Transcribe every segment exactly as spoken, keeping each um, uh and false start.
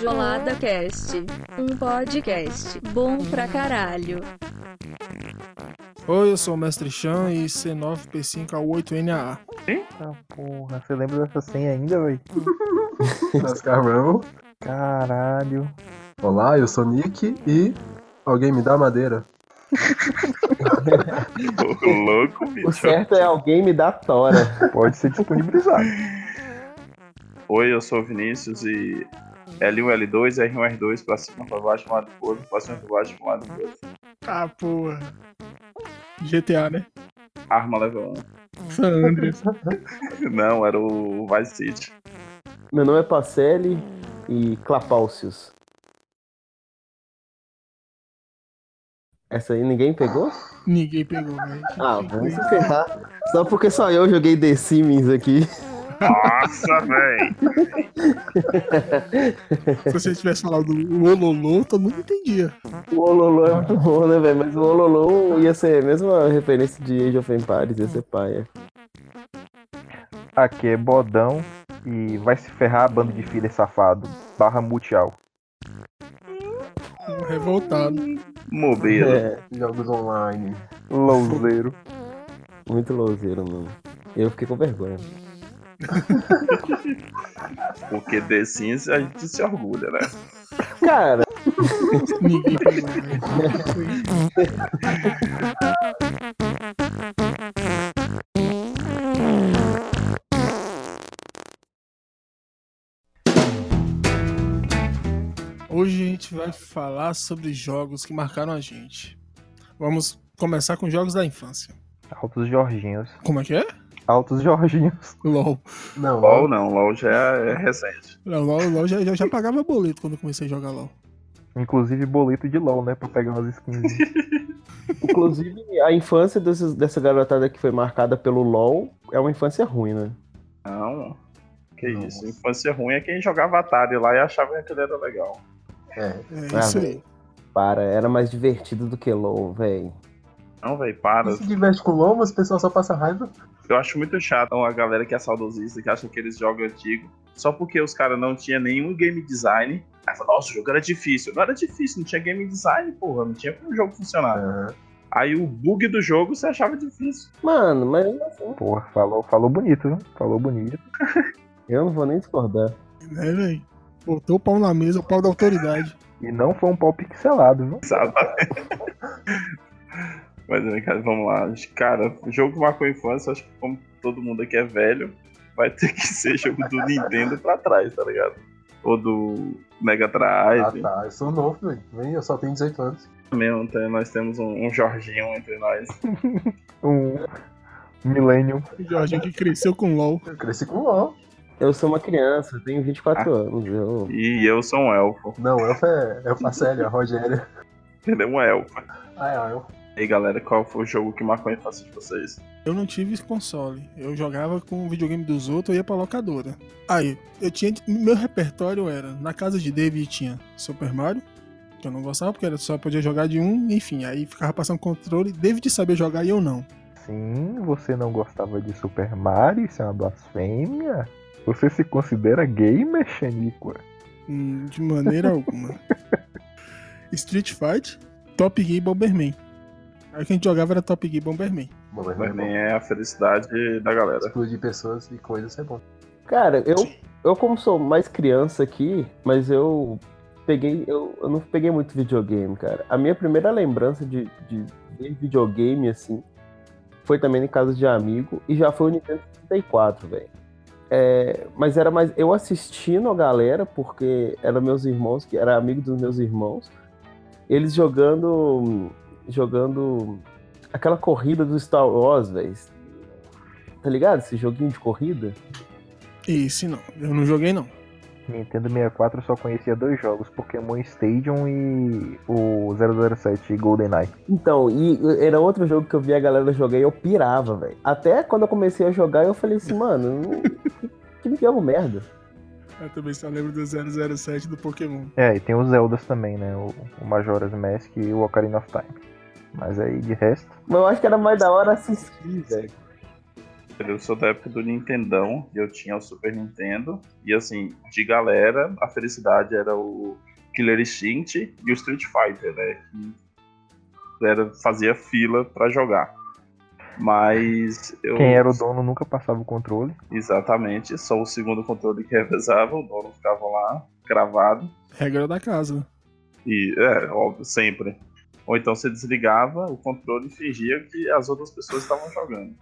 Feijoada Cast, um podcast bom pra caralho. Oi, eu sou o Mestre Chan e C nove P cinco A oito N A A. Eita porra, você lembra dessa senha ainda, véi? Mascarão. Caralho. Olá, eu sou Nick e alguém me dá madeira. Ô, louco, bicho. O certo é alguém me dar tora. Pode ser disponibilizado. Oi, eu sou o Vinícius e L um, L dois, R um, R dois, pra cima, pra baixo, pra lado do outro, pra cima, pra baixo, pra lado do outro. Ah, porra. G T A, né? Arma level um. San Andreas. Não, era o Vice City. Meu nome é Pacelli e Clapaucius. Essa aí ninguém pegou? Ninguém pegou, velho. Ah, vamos se ferrar. Só porque só eu joguei The Sims aqui. Nossa, véi. Se você tivesse falado do Ololô, todo mundo entendia. O Ololô é muito bom, né, velho? Mas o Ololô ia ser a mesma referência de Age of Empires, ia ser paia. Aqui é Bodão e vai se ferrar, bando de filha safado. Barra Mutial. Um revoltado. Mobile. É, Jogos online. Louzeiro. muito louzeiro, mano. Eu fiquei com vergonha. Porque The Sims a gente se orgulha, né? Cara, Ninguém pegou, velho. Hoje a gente vai falar sobre jogos que marcaram a gente. Vamos começar com jogos da infância. Altos Jorginhos. Como é que é? Altos Jorginhos. LOL. Não, LOL não, LOL já é recente. Não, LOL, LOL já, já, já pagava boleto quando eu comecei a jogar LOL. Inclusive boleto de LOL, né? Pra pegar umas skins. inclusive, a infância desses, dessa garotada que foi marcada pelo LoL é uma infância ruim, né? Não, que Nossa. isso. Infância ruim é quem jogava Atari lá e achava que aquele era legal. É. É Ah, isso velho. aí. Para, era mais divertido do que LoL, velho. Não, véi, para. Quem se diverte com LOL, mas o pessoal só passa raiva. Eu acho muito chato a galera que é saudosista, que acha que eles jogam antigo, só porque os caras não tinham nenhum game design. Aí fala, nossa, o jogo era difícil. Não era difícil, não tinha game design, porra, não tinha como o jogo funcionar. Aham. Aí o bug do jogo você achava difícil. Mano, mas assim, Porra, falou, falou bonito, viu? Falou bonito. eu não vou nem discordar. Né, velho? Botou o pau na mesa, o pau da autoridade. E não foi um pau pixelado, viu? Sabe? Mas, né, cara, vamos lá. Acho que, cara, o jogo que marcou a infância, acho que como todo mundo aqui é velho, vai ter que ser jogo do Nintendo pra trás, tá ligado? Ou do Mega Ah, Drive. tá. Eu sou novo, velho. Vem, eu só tenho dezoito anos. Mesmo, tem- nós temos um, um Jorginho entre nós. Um Millennium. O Jorginho que cresceu com LOL. Eu cresci com LOL. Eu sou uma criança, eu tenho vinte e quatro anos. Eu... E eu sou um elfo. Não, Elfa é, é o Pacélia, a Rogéria. Ele é um elfo. Ah, é, Elfa. E aí, galera, qual foi o jogo que marcou a infância de vocês? Eu não tive esse console. Eu jogava com o videogame dos outros, eu ia pra locadora. Aí, eu tinha. Meu repertório era, na casa de David tinha Super Mario, que eu não gostava, porque era só podia jogar de um, enfim, aí ficava passando controle, David sabia jogar e eu não. Sim, você não gostava de Super Mario? Isso é uma blasfêmia? Você se considera gamer, Xaniqua? Hum, De maneira alguma. Street Fight, Top Gear e Bomberman. Aí o que a gente jogava era Top Gear e Bomberman. Bom, mas Mas não é nem é a felicidade da galera. bom. Explodir pessoas e coisas é bom. Cara, eu, eu como sou mais criança aqui, mas eu peguei, eu, eu não peguei muito videogame, cara. A minha primeira lembrança de, de ver videogame, assim, foi também em casa de amigo, e já foi o Nintendo sessenta e quatro, velho. É, mas era mais eu assistindo a galera, porque eram meus irmãos, que era amigo dos meus irmãos, eles jogando, jogando aquela corrida do Star Wars, velho. Tá ligado? Esse joguinho de corrida. Esse não, eu não joguei não. Nintendo sessenta e quatro eu só conhecia dois jogos, Pokémon Stadium e o zero zero sete GoldenEye. Então, e era outro jogo que eu via a galera jogar e eu pirava, velho. Até quando eu comecei a jogar, eu falei assim, mano, não- que, que jogo merda. Eu também só lembro do zero zero sete do Pokémon. É, e tem os Zeldas também, né? O, o Majora's Mask e o Ocarina of Time. Mas aí, de resto... Mas eu acho que era mais da hora assistir, velho. Eu sou da época do Nintendão, e eu tinha o Super Nintendo. E assim, de galera, a felicidade era o Killer Instinct e o Street Fighter, né? Que era, fazia fila pra jogar. Mas eu... Quem era o dono nunca passava o controle. Exatamente, só o segundo controle que revezava, o dono ficava lá, gravado. Regra da casa. E, é, óbvio, sempre. Ou então você desligava o controle e fingia que as outras pessoas estavam jogando.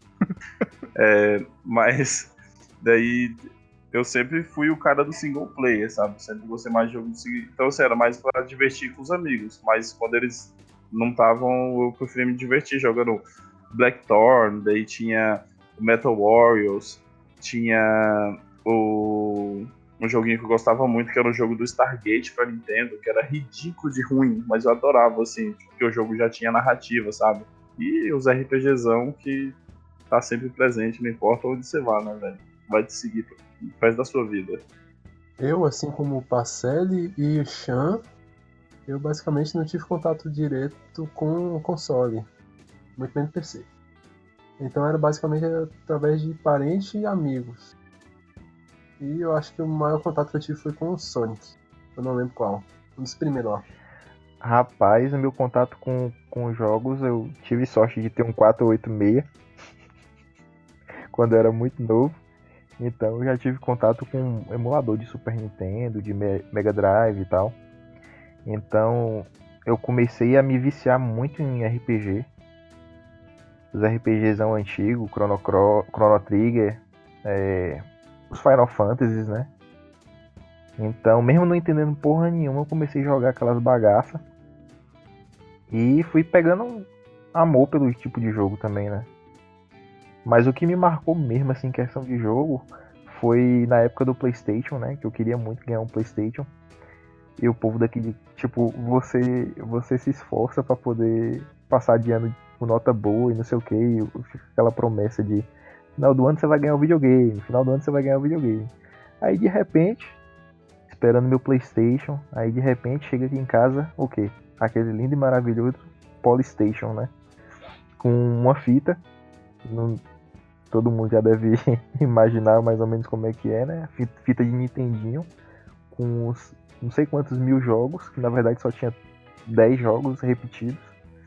É, mas daí eu sempre fui o cara do single player, sabe? Sempre gostei mais de jogo de single. Então assim, era mais pra divertir com os amigos. Mas quando eles não estavam, eu preferia me divertir jogando Blackthorn, daí tinha o Metal Warriors, tinha o um joguinho que eu gostava muito, que era um jogo do Stargate pra Nintendo, que era ridículo de ruim, mas eu adorava, assim, porque o jogo já tinha narrativa, sabe? E os RPGzão que tá sempre presente, não importa onde você vá, né, velho? Vai te seguir pro resto da sua vida. Eu, assim como o Pacelli e o Chan, eu basicamente não tive contato direto com o console, muito menos P C. Então era basicamente através de parentes e amigos. E eu acho que o maior contato que eu tive foi com o Sonic. Eu não lembro qual. Um dos primeiros lá. Rapaz, o meu contato com, com jogos, eu tive sorte de ter um quatrocentos e oitenta e seis quando eu era muito novo. Então eu já tive contato com um emulador de Super Nintendo, de Mega Drive e tal. Então eu comecei a me viciar muito em R P G. Os RPGzão antigos, Chrono, Chrono Trigger, é, os Final Fantasies, né? Então, mesmo não entendendo porra nenhuma, eu comecei a jogar aquelas bagaças. E fui pegando um amor pelo tipo de jogo também, né? Mas o que me marcou mesmo, assim, em questão de jogo, foi na época do PlayStation, né? Que eu queria muito ganhar um PlayStation. E o povo daqui, tipo, você, você se esforça pra poder passar de ano com nota boa e não sei o que. E aquela promessa de no final do ano você vai ganhar um videogame, no final do ano você vai ganhar um videogame. Aí de repente, esperando meu PlayStation, aí de repente chega aqui em casa, o quê? Aquele lindo e maravilhoso Polystation, né? Com uma fita, não, todo mundo já deve imaginar mais ou menos como é que é, né? Fita de Nintendinho, com os não sei quantos mil jogos, que na verdade só tinha dez jogos repetidos.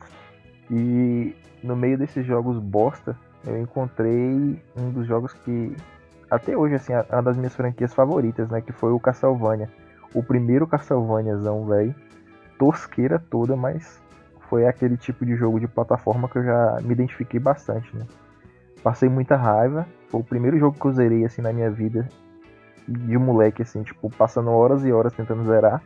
E no meio desses jogos bosta, eu encontrei um dos jogos que até hoje assim, é uma das minhas franquias favoritas, né, que foi o Castlevania. O primeiro Castlevaniazão, velho, tosqueira toda, mas foi aquele tipo de jogo de plataforma que eu já me identifiquei bastante, né? Passei muita raiva, foi o primeiro jogo que eu zerei assim na minha vida, de um moleque assim, tipo, passando horas e horas tentando zerar.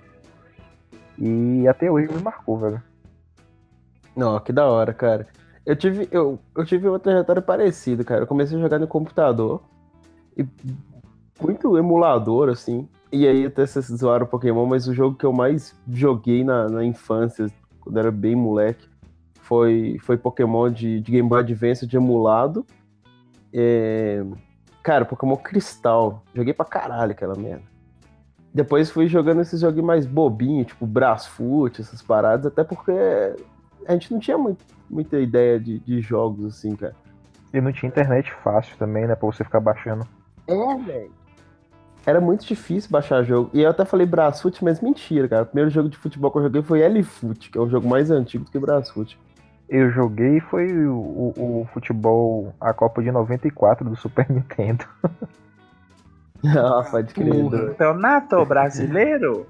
E até hoje me marcou, velho. Não, que da hora, cara. Eu tive, eu, eu tive uma trajetória parecida, cara. Eu comecei a jogar no computador. E muito emulador, assim. E aí até vocês zoaram Pokémon, mas o jogo que eu mais joguei na, na infância, quando era bem moleque, foi, foi Pokémon de, de Game Boy Advance de emulado. É... Cara, Pokémon Cristal. Joguei pra caralho aquela merda. Depois fui jogando esses jogos mais bobinhos, tipo Brasfoot, essas paradas, até porque a gente não tinha muito, muita ideia de, de jogos, assim, cara. E não tinha internet fácil também, né, pra você ficar baixando. É, velho. Era muito difícil baixar jogo. E eu até falei Brasfoot, mas mentira, cara. O primeiro jogo de futebol que eu joguei foi L-Foot, que é um jogo mais antigo do que Brasfoot. Eu joguei foi o, o, o futebol, a Copa de noventa e quatro do Super Nintendo. Ah, pode crer. Campeonato brasileiro?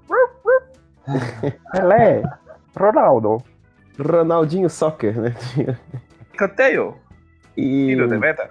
Pelé, Ronaldo. Ronaldinho Soccer, né? Canteio. E... Tiro de meta.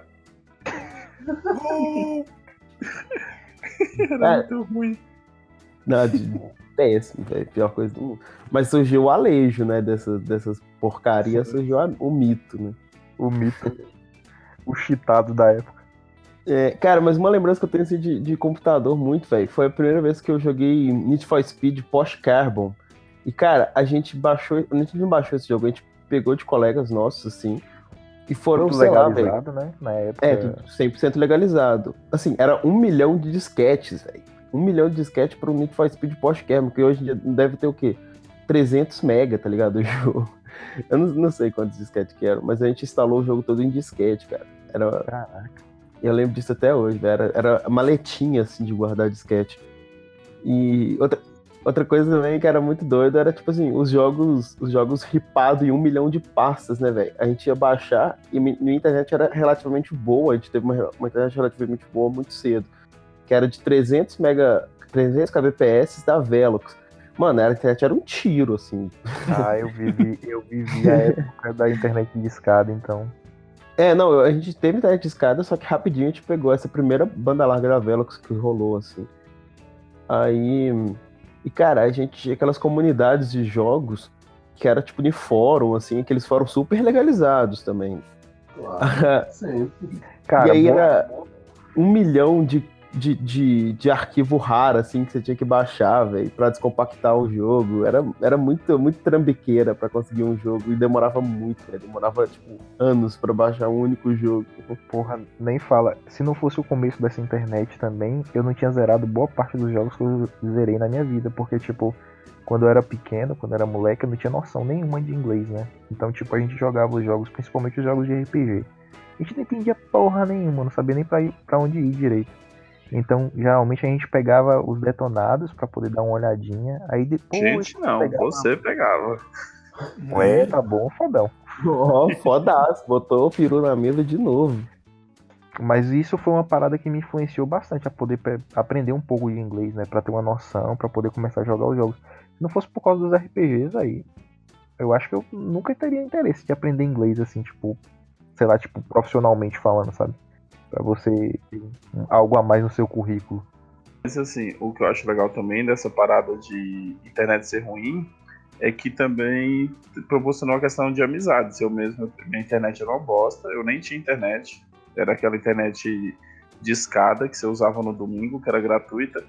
Era muito ruim. Não, de... péssimo, velho. Pior coisa do mundo. Mas surgiu o Alejo, né? Dessas, dessas porcarias, surgiu a... o mito, né? O mito. O cheatado da época. É, cara, mas uma lembrança que eu tenho assim, de, de computador muito, velho, foi a primeira vez que eu joguei Need for Speed Porsche Carbon. E, cara, a gente baixou, a gente não baixou esse jogo, a gente pegou de colegas nossos, assim, e foram, tudo sei lá, legalizado, velho. Né? Na época. É, tudo cem por cento legalizado. Assim, era um milhão de disquetes, velho. Um milhão de disquetes para o Need for Speed Porsche Carbon, que hoje em dia deve ter o quê? trezentos mega, tá ligado? O jogo. Eu não, não sei quantos disquetes que eram, mas a gente instalou o jogo todo em disquete, cara. Era, Caraca. eu lembro disso até hoje, velho. Era, era maletinha, assim, de guardar disquete. E outra, outra coisa também que era muito doido era, tipo assim, os jogos, os jogos ripados em um milhão de pastas, né, velho? A gente ia baixar e a internet era relativamente boa. A gente teve uma, uma internet relativamente boa muito cedo. Que era de trezentos mega, trezentos kbps da Velox. Mano, a internet era um tiro, assim. Ah, eu vivi, eu vivi a época da internet de escada, então. É, não, a gente teve internet de escada, só que rapidinho a gente pegou essa primeira banda larga da Velox que rolou, assim. Aí... E, cara, a gente tinha aquelas comunidades de jogos que era tipo de fórum, assim, aqueles fóruns super legalizados também. Claro, sempre. Cara, e aí boa- era um milhão de, de, de, de arquivo raro, assim, que você tinha que baixar, velho, pra descompactar o jogo. Era, era muito, muito trambiqueira pra conseguir um jogo e demorava muito, velho. Demorava, tipo, anos pra baixar um único jogo. Porra, nem fala. Se não fosse o começo dessa internet também, eu não tinha zerado boa parte dos jogos que eu zerei na minha vida. Porque, tipo, quando eu era pequeno, quando eu era moleque, eu não tinha noção nenhuma de inglês, né? Então, tipo, a gente jogava os jogos, principalmente os jogos de R P G. A gente não entendia porra nenhuma, não sabia nem pra, ir, pra onde ir direito. Então, geralmente a gente pegava os detonados pra poder dar uma olhadinha. Aí depois. Gente, não, pegava- você pegava. Ué, tá bom, fodão. Ó, fodaço, botou o peru na mesa de novo. Mas isso foi uma parada que me influenciou bastante a poder pe- aprender um pouco de inglês, né? Pra ter uma noção, pra poder começar a jogar os jogos. Se não fosse por causa dos R P Gs aí, eu acho que eu nunca teria interesse de aprender inglês, assim, tipo, sei lá, tipo, profissionalmente falando, sabe? Pra você ter um- algo a mais no seu currículo. Mas assim, o que eu acho legal também dessa parada de internet ser ruim é que também proporcionou a questão de amizades. Eu mesmo, minha internet era uma bosta, eu nem tinha internet. Era aquela internet de escada que você usava no domingo, que era gratuita.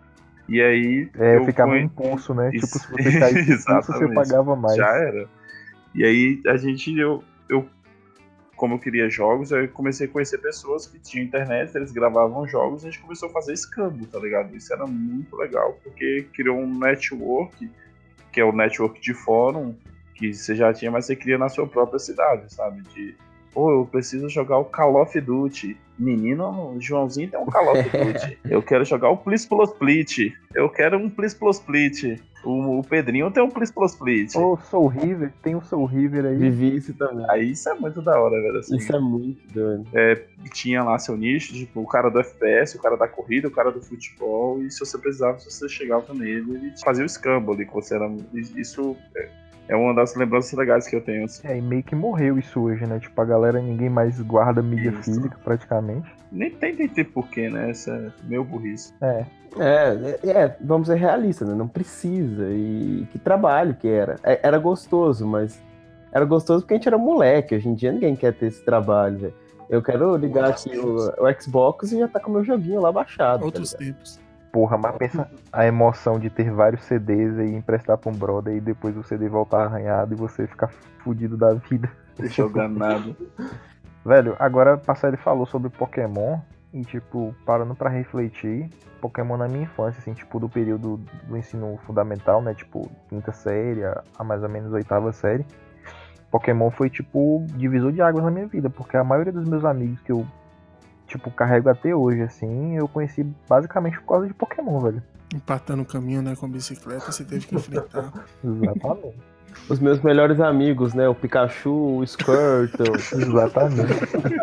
E aí. É, eu ficava um conhe- impulso, né? Isso. Tipo, se você caísse impulso, você Exatamente. pagava mais. Já era. E aí a gente, eu, eu, como eu queria jogos, eu comecei a conhecer pessoas que tinham internet, eles gravavam jogos e a gente começou a fazer escambo, tá ligado? Isso era muito legal, porque criou um network, que é o network de fórum, que você já tinha, mas você cria na sua própria cidade, sabe? De, pô, eu preciso jogar o Call of Duty. Menino, o Joãozinho tem um Call of Duty. Eu quero jogar o Plis Plus Split. Eu quero um Plis Plus Split. O, o Pedrinho tem um Plis Plus Split. Ô, Soul River, tem o Soul River aí. Vivi isso também. Aí isso é muito da hora, velho. Assim, Isso é muito doido. tinha lá seu nicho, tipo, o cara do F P S, o cara da corrida, o cara do futebol, e se você precisava, você chegava nele, ele fazia o escambo ali, que você era. Isso é, é uma das lembranças legais que eu tenho. Assim. É, e meio que morreu isso hoje, né? Tipo, a galera, ninguém mais guarda mídia Isso. física, praticamente. Nem tem, tem, tem porquê, né? Essa é meio burrice. É, É, é, é, vamos ser realistas, né? Não precisa. E que trabalho que era. É, era gostoso, mas era gostoso porque a gente era moleque. Hoje em dia ninguém quer ter esse trabalho, velho. Eu quero ligar aqui o, o Xbox e já tá com o meu joguinho lá baixado. Outros tá ligado? tempos. porra, mas pensa a emoção de ter vários C Ds e emprestar pra um brother e depois o C D voltar arranhado e você ficar fudido da vida. Jogando nada. Velho, agora Passar ele falou sobre Pokémon e, tipo, parando pra refletir, Pokémon na minha infância, assim, tipo, do período do ensino fundamental, né, tipo, quinta série, a a mais ou menos oitava série, Pokémon foi, tipo, divisor de águas na minha vida, porque a maioria dos meus amigos que eu, tipo, carrego até hoje, assim, eu conheci basicamente por causa de Pokémon, velho. Empatando o caminho, né, com bicicleta, você teve que enfrentar. Exatamente. Os meus melhores amigos, né? O Pikachu, o Squirtle. Exatamente.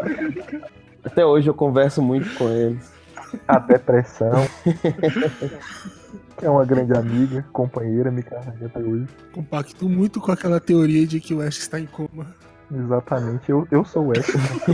Até hoje eu converso muito com eles. A depressão. É uma grande amiga, companheira, me carrega até hoje. Compacto muito com aquela teoria de que o Ash está em coma. Exatamente, eu, eu sou o Ash.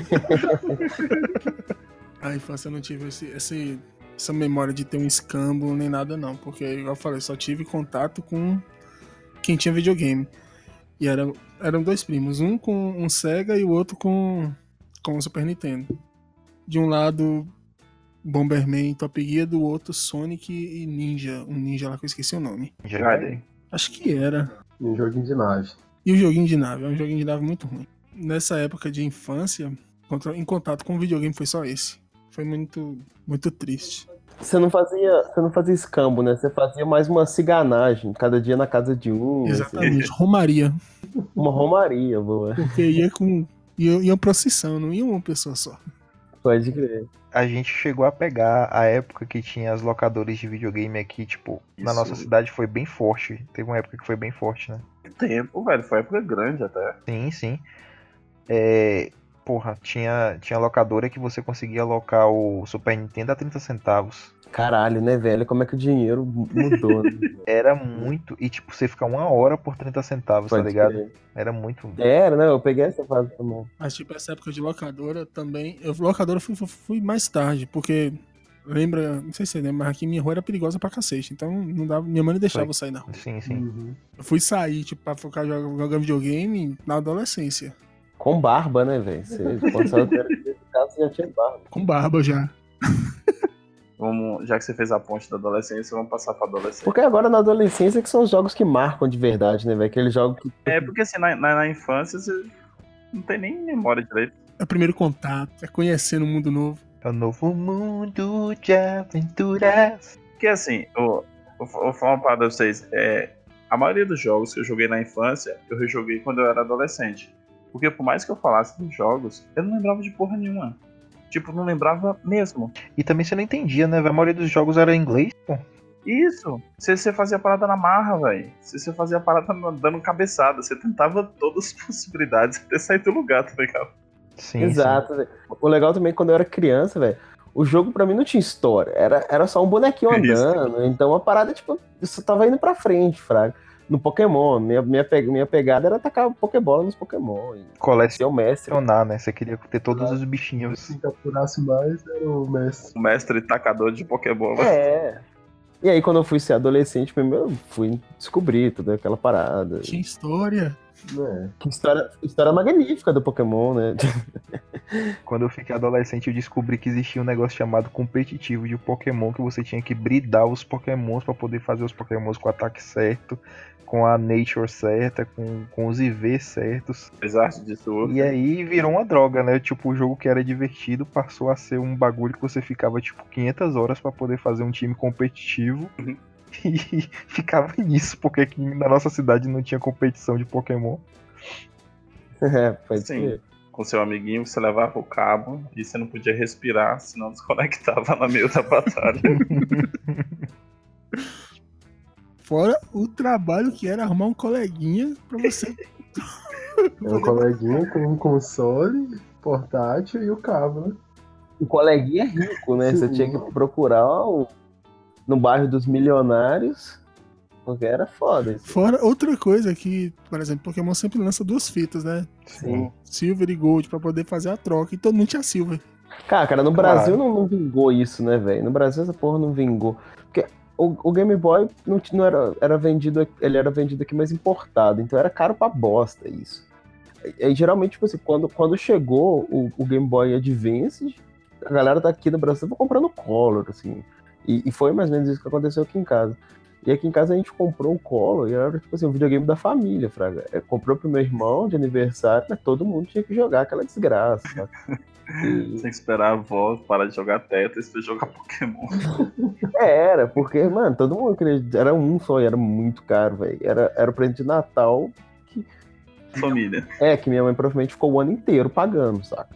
A infância eu não tive esse, esse, essa memória de ter um escambo nem nada não, porque, igual eu falei, só tive contato com quem tinha videogame. E era, eram dois primos, um com um Sega e o outro com, com o Super Nintendo. De um lado, Bomberman, Top Gear, do outro, Sonic e Ninja. Um ninja lá que eu esqueci o nome. Gaiden. Acho que era. Um joguinho de nave. E o joguinho de nave, é um joguinho de nave muito ruim. Nessa época de infância, contra- em contato com o videogame foi só esse. Foi muito, muito triste. Você não fazia, você não fazia escambo, né? Você fazia mais uma ciganagem, cada dia na casa de um. assim, Exatamente, Romaria. uma romaria, boa. Porque ia com Iam, iam procissão, não ia uma pessoa só. Pode crer. A gente chegou a pegar a época que tinha as locadoras de videogame aqui, tipo, na Isso. nossa cidade foi bem forte. Teve uma época que foi bem forte, né? Tempo, velho. Foi época grande até. Sim, sim. É, porra, tinha, tinha locadora que você conseguia alocar o Super Nintendo a trinta centavos. Caralho, né, velho? Como é que o dinheiro mudou, né? Era muito. E, tipo, você fica uma hora por trinta centavos, tá Pode ligado? crer. Era muito. Era, né? Eu peguei essa fase também. Mas, tipo, essa época de locadora também. Eu, locadora fui, fui, fui mais tarde, porque. Lembra, não sei se você lembra, mas aqui minha rua era perigosa pra cacete. Então não dava, minha mãe não deixava Foi. eu sair na rua. Sim, sim. Uhum. Eu fui sair, tipo, pra ficar jogando, jogando videogame na adolescência. Com barba, né, velho? Você, quando saiu do caso, você já tinha barba. Com barba já. Vamos, já que você fez a ponte da adolescência, vamos passar pra adolescência. Porque agora na adolescência que são os jogos que marcam de verdade, né, velho? Aqueles jogos que. É, porque assim, na, na, na infância você não tem nem memória direito. É o primeiro contato, é conhecendo um mundo novo. É o novo mundo de aventuras. Porque assim, eu, eu vou falar uma parada pra vocês. É, a maioria dos jogos que eu joguei na infância, eu rejoguei quando eu era adolescente. Porque por mais que eu falasse dos jogos, eu não lembrava de porra nenhuma. Tipo, não lembrava mesmo. E também você não entendia, né? A maioria dos jogos era em inglês, pô. Isso! Se você fazia a parada na marra, velho. Se você fazia a parada dando cabeçada, você tentava todas as possibilidades até sair do lugar, tá ligado? Sim, Exato, velho. O legal também quando eu era criança, velho, o jogo pra mim não tinha história. Era, era só um bonequinho Isso. andando. Então a parada, tipo, isso tava indo pra frente, fraga. No Pokémon, minha, minha, pe- minha pegada era atacar Pokébola nos Pokémon. E sim. ser o mestre. Colecionar, né? Você queria ter todos os bichinhos. Quem capturasse mais era o mestre. O mestre tacador de Pokébola. É. E aí quando eu fui ser adolescente, mesmo, eu fui descobrir toda aquela parada. Tinha história. É. Que história, história magnífica do Pokémon, né? Quando eu fiquei adolescente, eu descobri que existia um negócio chamado competitivo de Pokémon, que você tinha que bridar os Pokémons pra poder fazer os Pokémons com o ataque certo, com a nature certa, com, com os I V certos. Exato disso. E aí virou uma droga, né? Tipo, o jogo que era divertido passou a ser um bagulho que você ficava, tipo, quinhentas horas pra poder fazer um time competitivo. Uhum. E ficava nisso, porque aqui na nossa cidade não tinha competição de Pokémon. É, pode Sim. ser. Com seu amiguinho, você levava o cabo e você não podia respirar, senão desconectava no meio da batalha. Fora o trabalho que era arrumar um coleguinha pra você. Era um coleguinha com um console, portátil e o cabo, né? O coleguinha é rico, né? Você Sim. tinha que procurar o... no bairro dos milionários, porque era foda isso. Fora outra coisa que, por exemplo, Pokémon sempre lança duas fitas, né? Sim. Silver e Gold pra poder fazer a troca. E todo mundo tinha Silver. Cara, cara, no Claro. Brasil não, não vingou isso, né, velho? No Brasil essa porra não vingou. Porque o, o Game Boy não, t- não era, era vendido, ele era vendido aqui, mas importado. Então era caro pra bosta isso. E, e, geralmente, tipo assim, quando, quando chegou o, o Game Boy Advance, a galera daqui do Brasil tava comprando Color, assim. E, e foi mais ou menos isso que aconteceu aqui em casa. E aqui em casa a gente comprou o Color e era, tipo assim, um videogame da família, fraga. É, comprou pro meu irmão de aniversário, mas todo mundo tinha que jogar aquela desgraça, sabe? E- Tem que esperar a avó parar de jogar Tetris pra jogar Pokémon. É, era, porque, mano, todo mundo queria. Era um só e era muito caro, velho. Era, era o presente de Natal. Família. É, que minha mãe provavelmente ficou o ano inteiro pagando, saca?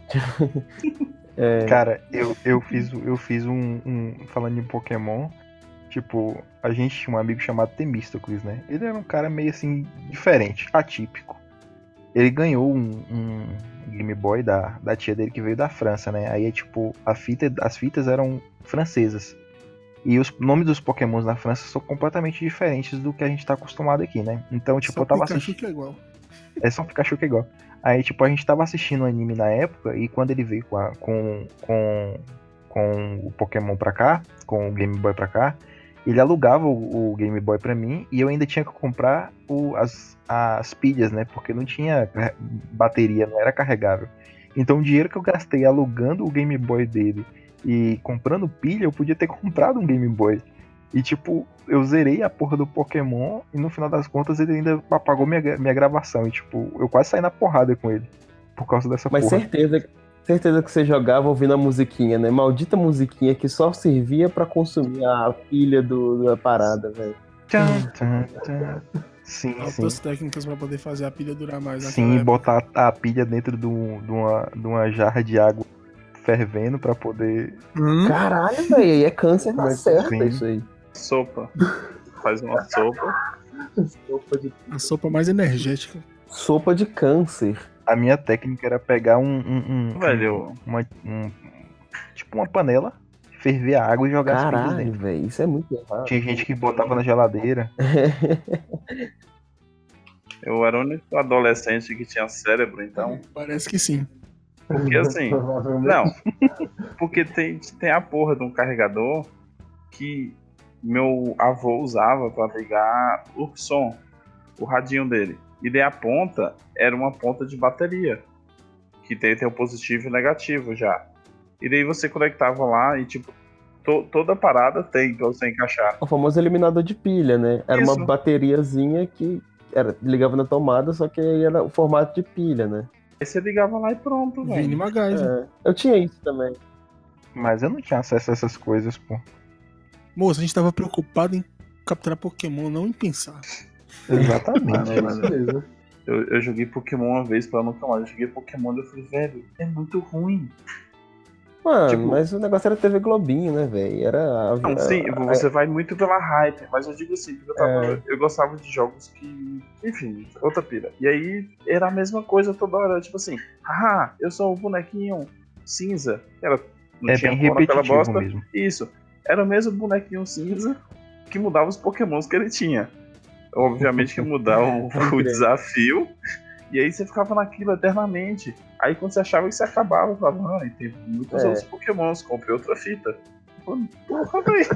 É, Cara, eu, eu fiz, eu fiz um, um- Falando em Pokémon, tipo, a gente tinha um amigo chamado Temístocles, né? Ele era um cara meio assim, diferente, atípico. Ele ganhou um, um Game Boy da, da tia dele que veio da França, né? Aí, tipo, a fita, as fitas eram francesas. E os nomes dos Pokémons na França são completamente diferentes do que a gente tá acostumado aqui, né? Então, tipo, Só eu tava Pikachu assistindo. que é igual. É só um Pikachu que é igual. Aí, tipo, a gente tava assistindo um anime na época, e quando ele veio com, a- com, com, com o Pokémon pra cá, com o Game Boy pra cá, ele alugava o, o Game Boy pra mim, e eu ainda tinha que comprar o- as, as pilhas, né? Porque não tinha car- bateria, não era carregável. Então o dinheiro que eu gastei alugando o Game Boy dele e comprando pilha, eu podia ter comprado um Game Boy. E tipo, eu zerei a porra do Pokémon e no final das contas ele ainda apagou minha, minha gravação. E tipo, eu quase saí na porrada com ele. Por causa dessa mas porra. certeza, certeza que você jogava ouvindo a musiquinha, né? Maldita musiquinha que só servia pra consumir a pilha do, da parada, velho. Tchan, tchan, tchan. Sim, sim. Altas técnicas pra poder fazer a pilha durar mais. naquela Sim, época. botar a pilha dentro de, um- de uma, de uma jarra de água fervendo pra poder. Hum? Caralho, velho, aí é câncer na Mas, certa sim. isso aí. Sopa. Faz uma sopa. Sopa de A sopa mais energética. Sopa de câncer. A minha técnica era pegar um. um, um Velho, uma, um- tipo uma panela, ferver a água e jogar as pilhas Caralho, dentro. velho, isso é muito errado. Tinha gente que botava na geladeira. eu era o único adolescente que tinha cérebro, então. Parece que sim. Porque assim. Provavelmente. Não. Porque tem, tem a porra de um carregador que meu avô usava pra ligar o som, o radinho dele. E daí a ponta era uma ponta de bateria. Que tem, tem o positivo e o negativo já. E daí você conectava lá e tipo, to, toda parada tem pra você encaixar. O famoso eliminador de pilha, né? Era Isso. uma bateriazinha que era, ligava na tomada, só que aí era o formato de pilha, né? Aí você ligava lá e pronto, Vini velho. MacGyver. É, eu tinha isso também. Mas eu não tinha acesso a essas coisas, pô. Moço, a gente tava preocupado em capturar Pokémon, não em pensar. Exatamente. É isso mesmo. Eu, eu joguei Pokémon uma vez pra nunca mais. Eu joguei Pokémon e eu falei, velho, é muito ruim. Mano, Tipo- mas o negócio era T V Globinho, né, velho? Era. Não, sim, você vai muito pela hype, mas eu digo assim, porque eu, tava, É. eu gostava de jogos que. Enfim, outra pira. E aí era a mesma coisa toda hora, tipo assim, ah, eu sou o bonequinho cinza. Era, não É tinha bem cor naquela repetitivo bosta. mesmo. Isso. Era o mesmo bonequinho cinza que mudava os pokémons que ele tinha. Obviamente que mudar o, o desafio. E aí você ficava naquilo eternamente. Aí quando você achava que você acabava, eu falava, ah, tem muitos É. outros pokémons, comprei outra fita. Eu, Porra, velho.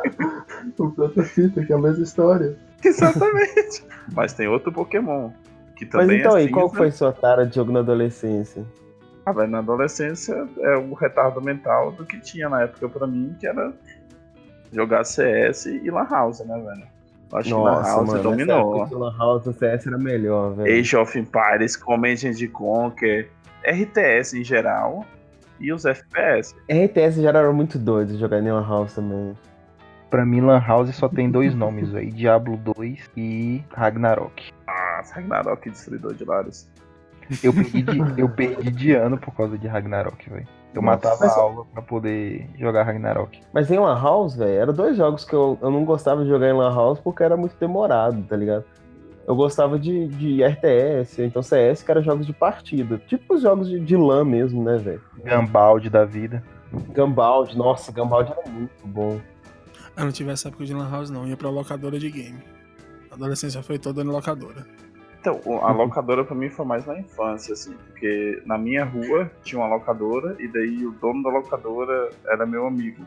O próprio fita, que é a mesma história. Exatamente. Mas tem outro Pokémon. Que Mas também então é aí, qual cinza. foi sua tara de jogo na adolescência? Ah, velho, na adolescência é o retardo mental do que tinha na época pra mim, que era jogar C S e Lan House, né, velho? Eu acho que Lan House mano, dominou. nessa época de Lan House, o C S era melhor, velho. Age of Empires, Command and Conquer, R T S em geral e os F P S. R T S já era muito doido de jogar em Lan House também. Pra mim, Lan House só tem dois nomes, velho. Diablo dois e Ragnarok. Ah, Ragnarok, Destruidor de Lares. Eu perdi de, eu perdi de ano por causa de Ragnarok, velho. Eu Nossa, matava mas- a aula pra poder jogar Ragnarok. Mas em Lan House, velho, eram dois jogos que eu, eu não gostava de jogar em Lan House porque era muito demorado, tá ligado? Eu gostava de, de R T S, então C S, que era jogos de partida. Tipo os jogos de, de LAN mesmo, né, velho? Gambald da vida. Gambald, nossa, Gambald era muito bom. Eu não tive essa época de Lan House, não. Ia pra locadora de game. A adolescência foi toda na locadora. Então, a locadora pra mim foi mais na infância, assim, porque na minha rua tinha uma locadora e daí o dono da locadora era meu amigo.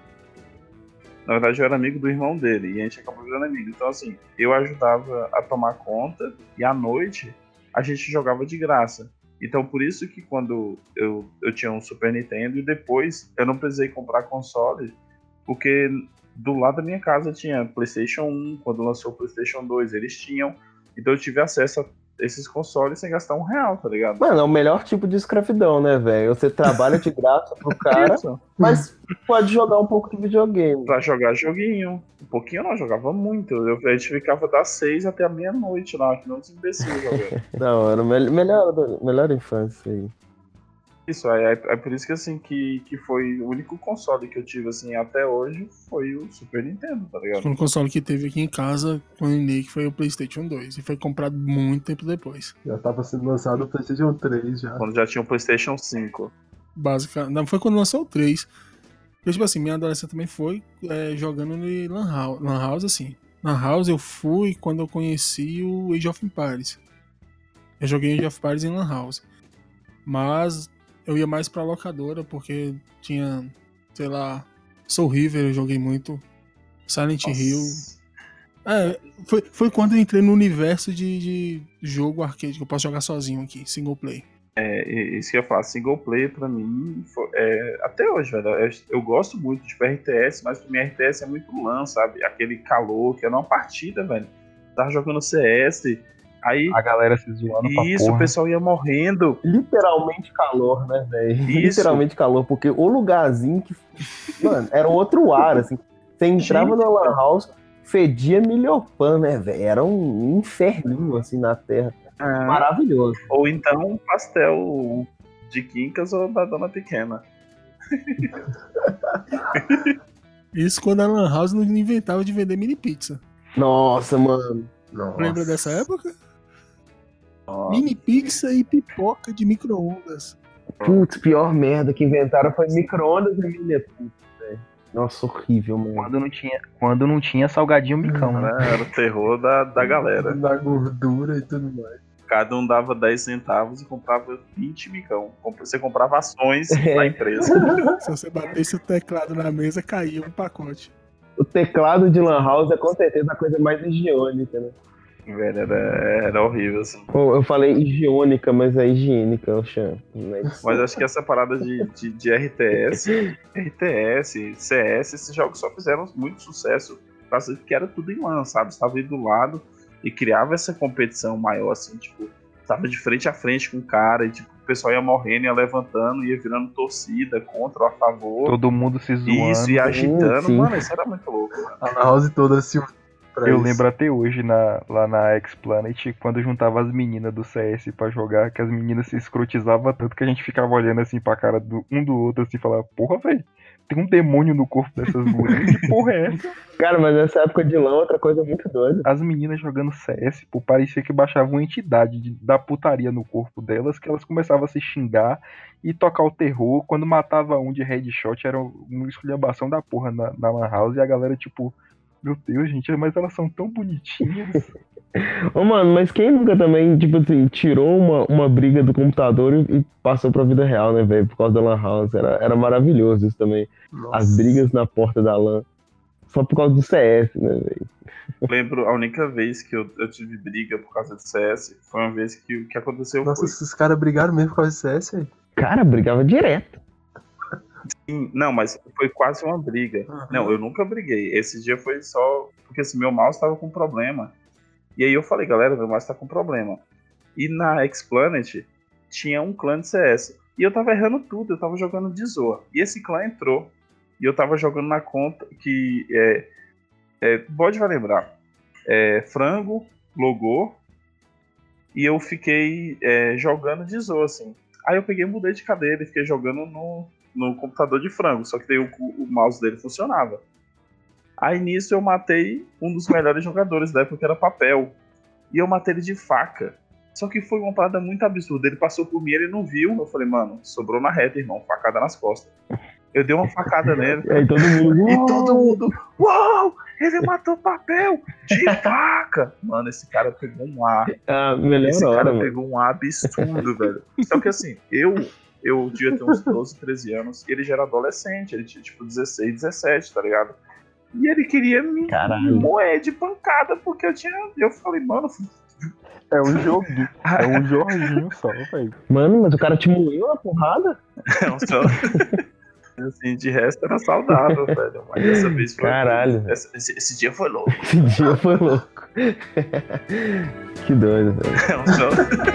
Na verdade, eu era amigo do irmão dele e a gente acabou virando amigo. Então, assim, eu ajudava a tomar conta e à noite a gente jogava de graça. Então, por isso que quando eu, eu tinha um Super Nintendo e depois eu não precisei comprar console, porque do lado da minha casa tinha PlayStation um, quando lançou o PlayStation dois, eles tinham. Então eu tive acesso a esses consoles sem gastar um real, tá ligado? Mano, é o melhor tipo de escravidão, né, velho? Você trabalha de graça pro cara, Isso, mas pode jogar um pouco de videogame. pra jogar joguinho. Um pouquinho não, jogava muito. Eu, a gente ficava das seis até a meia-noite lá, que não tinha imbecil jogando. Não, era o me- melhor, melhor infância aí. Isso, é, é por isso que assim, que, que foi o único console que eu tive assim até hoje foi o Super Nintendo, tá ligado? O console que teve aqui em casa quando eu que foi o PlayStation dois. E foi comprado muito tempo depois. Já tava sendo lançado o PlayStation três já. Quando já tinha o PlayStation cinco. Basicamente. Não, foi quando lançou o três. Porque, tipo assim, minha adolescência também foi é, jogando em Lan House. Lan House, assim. Lan House eu fui quando eu conheci o Age of Empires. Eu joguei Age of Empires em Lan House. Mas eu ia mais pra locadora porque tinha, sei lá, Soul River eu joguei muito. Silent Hill. É, foi, foi quando eu entrei no universo de, de jogo arcade que eu posso jogar sozinho aqui, single play. É, isso que eu ia falar, single player pra mim, foi- é, até hoje, velho, eu, eu gosto muito de R T S, mas pra mim R T S é muito LAN, sabe? Aquele calor, que era uma partida, velho. Tava jogando C S, aí A galera se zoando pra isso, o porra. pessoal ia morrendo. Literalmente calor, né, velho? Isso. Literalmente calor, porque o lugarzinho que. Mano, era outro ar, assim. Você entrava Gente, na Lan House, fedia milhopan, né, velho? Era um inferninho, assim, na terra. Ah, Maravilhoso. ou então um pastel de Quincas ou da Dona Pequena. Isso quando a Lan House não inventava de vender mini pizza. Nossa, mano. Nossa. Lembra dessa época? Mini pizza e pipoca de micro-ondas. Putz, pior merda que inventaram foi micro-ondas e mini pizza, velho. Nossa, horrível, mano. Quando não tinha, quando não tinha salgadinho micão, né? Né? Era o terror da, da galera. Da gordura e tudo mais. Cada um dava dez centavos e comprava vinte micão. Você comprava ações É. da empresa. Se você batesse o teclado na mesa, caía um pacote. O teclado de Lan House é com certeza a coisa mais higiênica, né? Velho, era, era horrível, assim. Pô, eu falei higiênica, mas é higiênica, eu chamo. Mas... Mas acho que essa parada de, de, de R T S, R T S, C S, esses jogos só fizeram muito sucesso porque era tudo em LAN, sabe? Estava aí do lado e criava essa competição maior, assim, tipo, tava de frente a frente com o cara e, tipo, o pessoal ia morrendo, ia levantando, ia virando torcida contra ou a favor. Todo mundo se zoando. Isso, e agitando, sim. mano, isso era muito louco, mano. A House toda se uniu pra Eu isso. lembro até hoje na, lá na X-Planet, quando eu juntava as meninas do C S pra jogar, que as meninas se escrotizavam tanto que a gente ficava olhando assim pra cara do, um do outro, assim, falava, porra, velho, tem um demônio no corpo dessas mulheres, que porra é essa? Cara, mas nessa época de LAN, outra coisa muito doida. As meninas jogando C S, pô, parecia que baixava uma entidade de, da putaria no corpo delas, que elas começavam a se xingar e tocar o terror. Quando matava um de headshot, era uma esculhambação da porra na, na Lan House, e a galera, tipo, meu Deus, gente, mas elas são tão bonitinhas. Ô, mano, mas quem nunca também, tipo assim, tirou uma, uma briga do computador e, e passou pra vida real, né, velho? Por causa da Lan House. Era, era maravilhoso isso também. Nossa. As brigas na porta da LAN. Só por causa do C S, né, velho? Lembro, a única vez que eu, eu tive briga por causa do C S foi uma vez que o que aconteceu Nossa, foi... esses caras brigaram mesmo por causa do C S aí. Cara, brigava direto. Sim, não, mas foi quase uma briga. Aham. Não, eu nunca briguei. Esse dia foi só porque assim, meu mouse tava com problema. E aí eu falei, galera, meu mouse tá com problema. E na X-Planet tinha um clã de C S. E eu tava errando tudo, eu tava jogando de Zoa. E esse clã entrou. E eu tava jogando na conta que é, é pode vai lembrar. É, frango, logo. E eu fiquei é, jogando de Zoa, assim. Aí eu peguei, mudei de cadeira e fiquei jogando no, no computador de frango. Só que daí o, o mouse dele funcionava. Aí nisso eu matei um dos melhores jogadores da época, que era Papel. E eu matei ele de faca. Só que foi uma parada muito absurda. Ele passou por mim, ele não viu. Eu falei, mano, sobrou na reta, irmão. Facada nas costas. Eu dei uma facada nele. E aí todo mundo. E todo mundo, uau! Ele matou Papel de faca! Mano, esse cara pegou um ar. Ah, melhor Esse hora, cara mano. pegou um ar absurdo, velho. Só que assim, eu, eu devia ter uns doze, treze anos. E ele já era adolescente. Ele tinha tipo dezesseis, dezessete, tá ligado? E ele queria me Caralho. moer de pancada, porque eu tinha. Eu falei, mano, É um joguinho, é um Jorginho só, velho. Mano, mas o cara te moeu na porrada? não, só. Assim, de resto era saudável, velho. Mas dessa vez foi. Caralho. Esse, esse, esse dia foi louco. Esse dia foi louco. Que doido, velho. Não, só.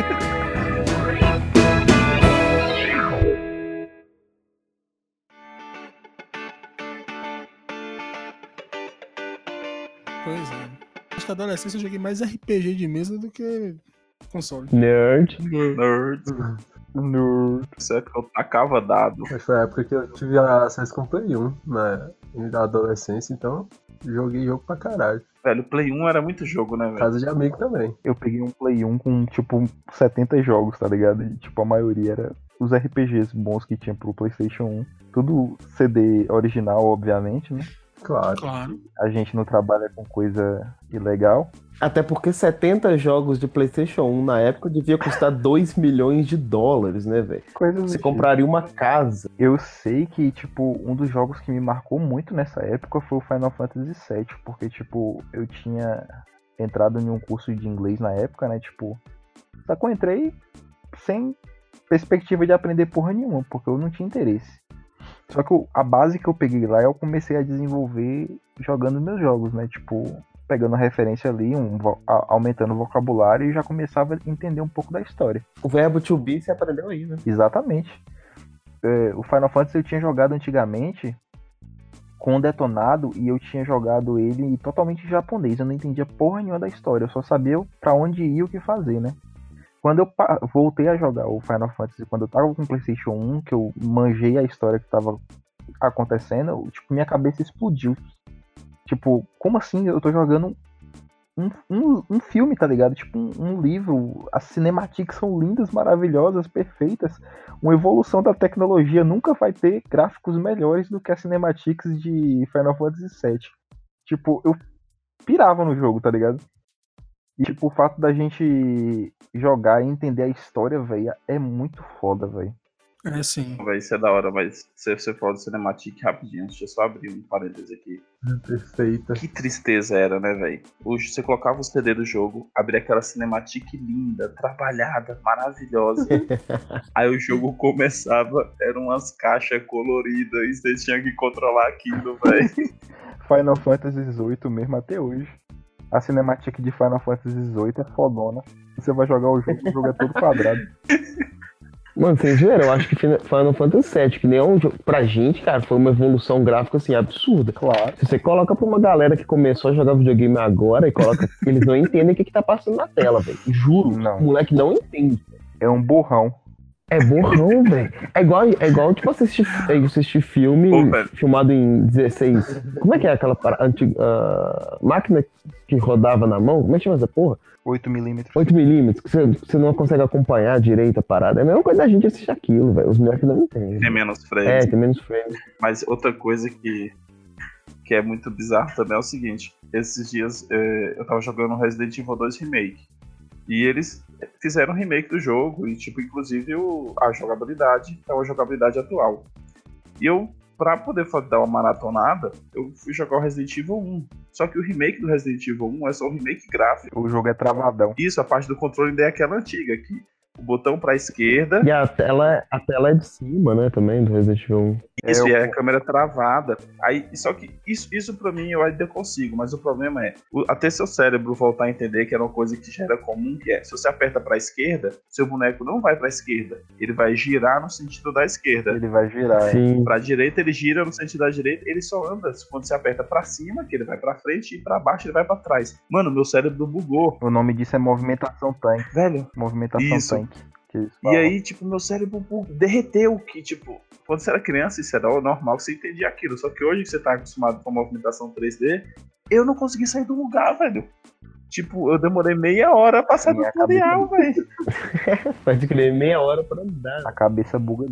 Pois é. Acho que na adolescência eu joguei mais R P G de mesa do que console. Nerd. Nerd. Nerd. Isso é que eu tacava dado. Mas foi a época que eu tive acesso com Play um na, na adolescência, então joguei jogo pra caralho. Velho, o Play um era muito jogo, né, velho? Casa de amigo também. Eu peguei um Play um com, tipo, setenta jogos, tá ligado? E, tipo, a maioria era os R P Gs bons que tinha pro PlayStation um. Tudo C D original, obviamente, né? Claro. Claro. A gente não trabalha com coisa ilegal. Até porque setenta jogos de PlayStation um na época devia custar dois milhões de dólares, né, velho? Coisas Você do tipo. compraria uma casa. Eu sei que, tipo, um dos jogos que me marcou muito nessa época foi o Final Fantasy sete, porque, tipo, eu tinha entrado em um curso de inglês na época, né, tipo, só que eu entrei sem perspectiva de aprender porra nenhuma, porque eu não tinha interesse. Só que a base que eu peguei lá, eu comecei a desenvolver jogando meus jogos, né, tipo, pegando a referência ali, um, a, aumentando o vocabulário e já começava a entender um pouco da história. O verbo to be você aprendeu aí, né? Exatamente. É, o Final Fantasy eu tinha jogado antigamente com o Detonado e eu tinha jogado ele totalmente em japonês. Eu não entendia porra nenhuma da história. Eu só sabia pra onde ir e o que fazer, né? Quando eu pa- voltei a jogar o Final Fantasy, quando eu tava com o PlayStation um, que eu manjei a história que tava acontecendo, eu, tipo, minha cabeça explodiu. Tipo, como assim eu tô jogando um, um, um filme, tá ligado? Tipo, um, um livro. As cinematics são lindas, maravilhosas, perfeitas. Uma evolução da tecnologia nunca vai ter gráficos melhores do que as cinematics de Final Fantasy sete. Tipo, eu pirava no jogo, tá ligado? E, tipo, o fato da gente jogar e entender a história, velho, é muito foda, velho. É sim. Vai ser da hora, mas você, você falou do Cinematic rapidinho, deixa eu só abrir um parênteses aqui. Perfeita. Que tristeza era, né, velho? Você colocava o C D do jogo, abria aquela Cinematic linda, trabalhada, maravilhosa. Aí o jogo começava, eram umas caixas coloridas e você tinha que controlar aquilo, velho. Final Fantasy dezoito mesmo até hoje. A cinematic de Final Fantasy dezoito é fodona. Você vai jogar o jogo, o jogo é todo quadrado. Mano, vocês viram? Eu acho que Final Fantasy sete, que nem é um jogo. Pra gente, cara, foi uma evolução gráfica assim absurda. Claro. Se você coloca pra uma galera que começou a jogar videogame agora e coloca. Eles não entendem o que, que tá passando na tela, velho. Juro. Não. O moleque não entende. É um borrão. É borrão, velho. É igual, é igual, tipo, assistir, é assistir filme Pô, velho. filmado em dezesseis. Como é que é aquela para- antiga, ah, máquina que rodava na mão? Como é que chama essa porra? oito milímetros. oito milímetros, que você, você não consegue acompanhar direito a parada. É a mesma coisa da gente assistir aquilo, velho. Os moleques não entendem. Tem menos É, frames. tem menos frames. Mas outra coisa que, que é muito bizarro também é o seguinte. Esses dias eh, eu tava jogando Resident Evil dois Remake. E eles fizeram um remake do jogo. E tipo, inclusive o, a jogabilidade é uma jogabilidade atual. E eu, pra poder fa- dar uma maratonada, eu fui jogar o Resident Evil um. Só que o remake do Resident Evil um é só um remake gráfico. O jogo é travadão. Isso, a parte do controle ainda é aquela antiga, que o botão pra esquerda. E a tela, a tela é de cima, né, também, do Resident Evil um. Isso, É, e eu- a câmera travada. Aí, só que isso, isso pra mim eu ainda consigo, mas o problema é o- até seu cérebro voltar a entender que era uma coisa que já era comum, que é, se você aperta pra esquerda, seu boneco não vai pra esquerda, ele vai girar no sentido da esquerda. Ele vai girar. é. Sim. Pra direita ele gira no sentido da direita, ele só anda quando você aperta pra cima, que ele vai pra frente, e pra baixo ele vai pra trás. Mano, meu cérebro bugou, O nome disso é movimentação tanque. velho. Movimentação Isso. tanque. Que eles E falam. aí, tipo, meu cérebro bu- derreteu, que, tipo, quando você era criança, isso era normal que você entendia aquilo. Só que hoje que você tá acostumado com a movimentação três D, eu não consegui sair do lugar, velho. Tipo, eu demorei meia hora pra sair do Minha tutorial, velho. Pode crer, meia hora pra andar. A cabeça buga.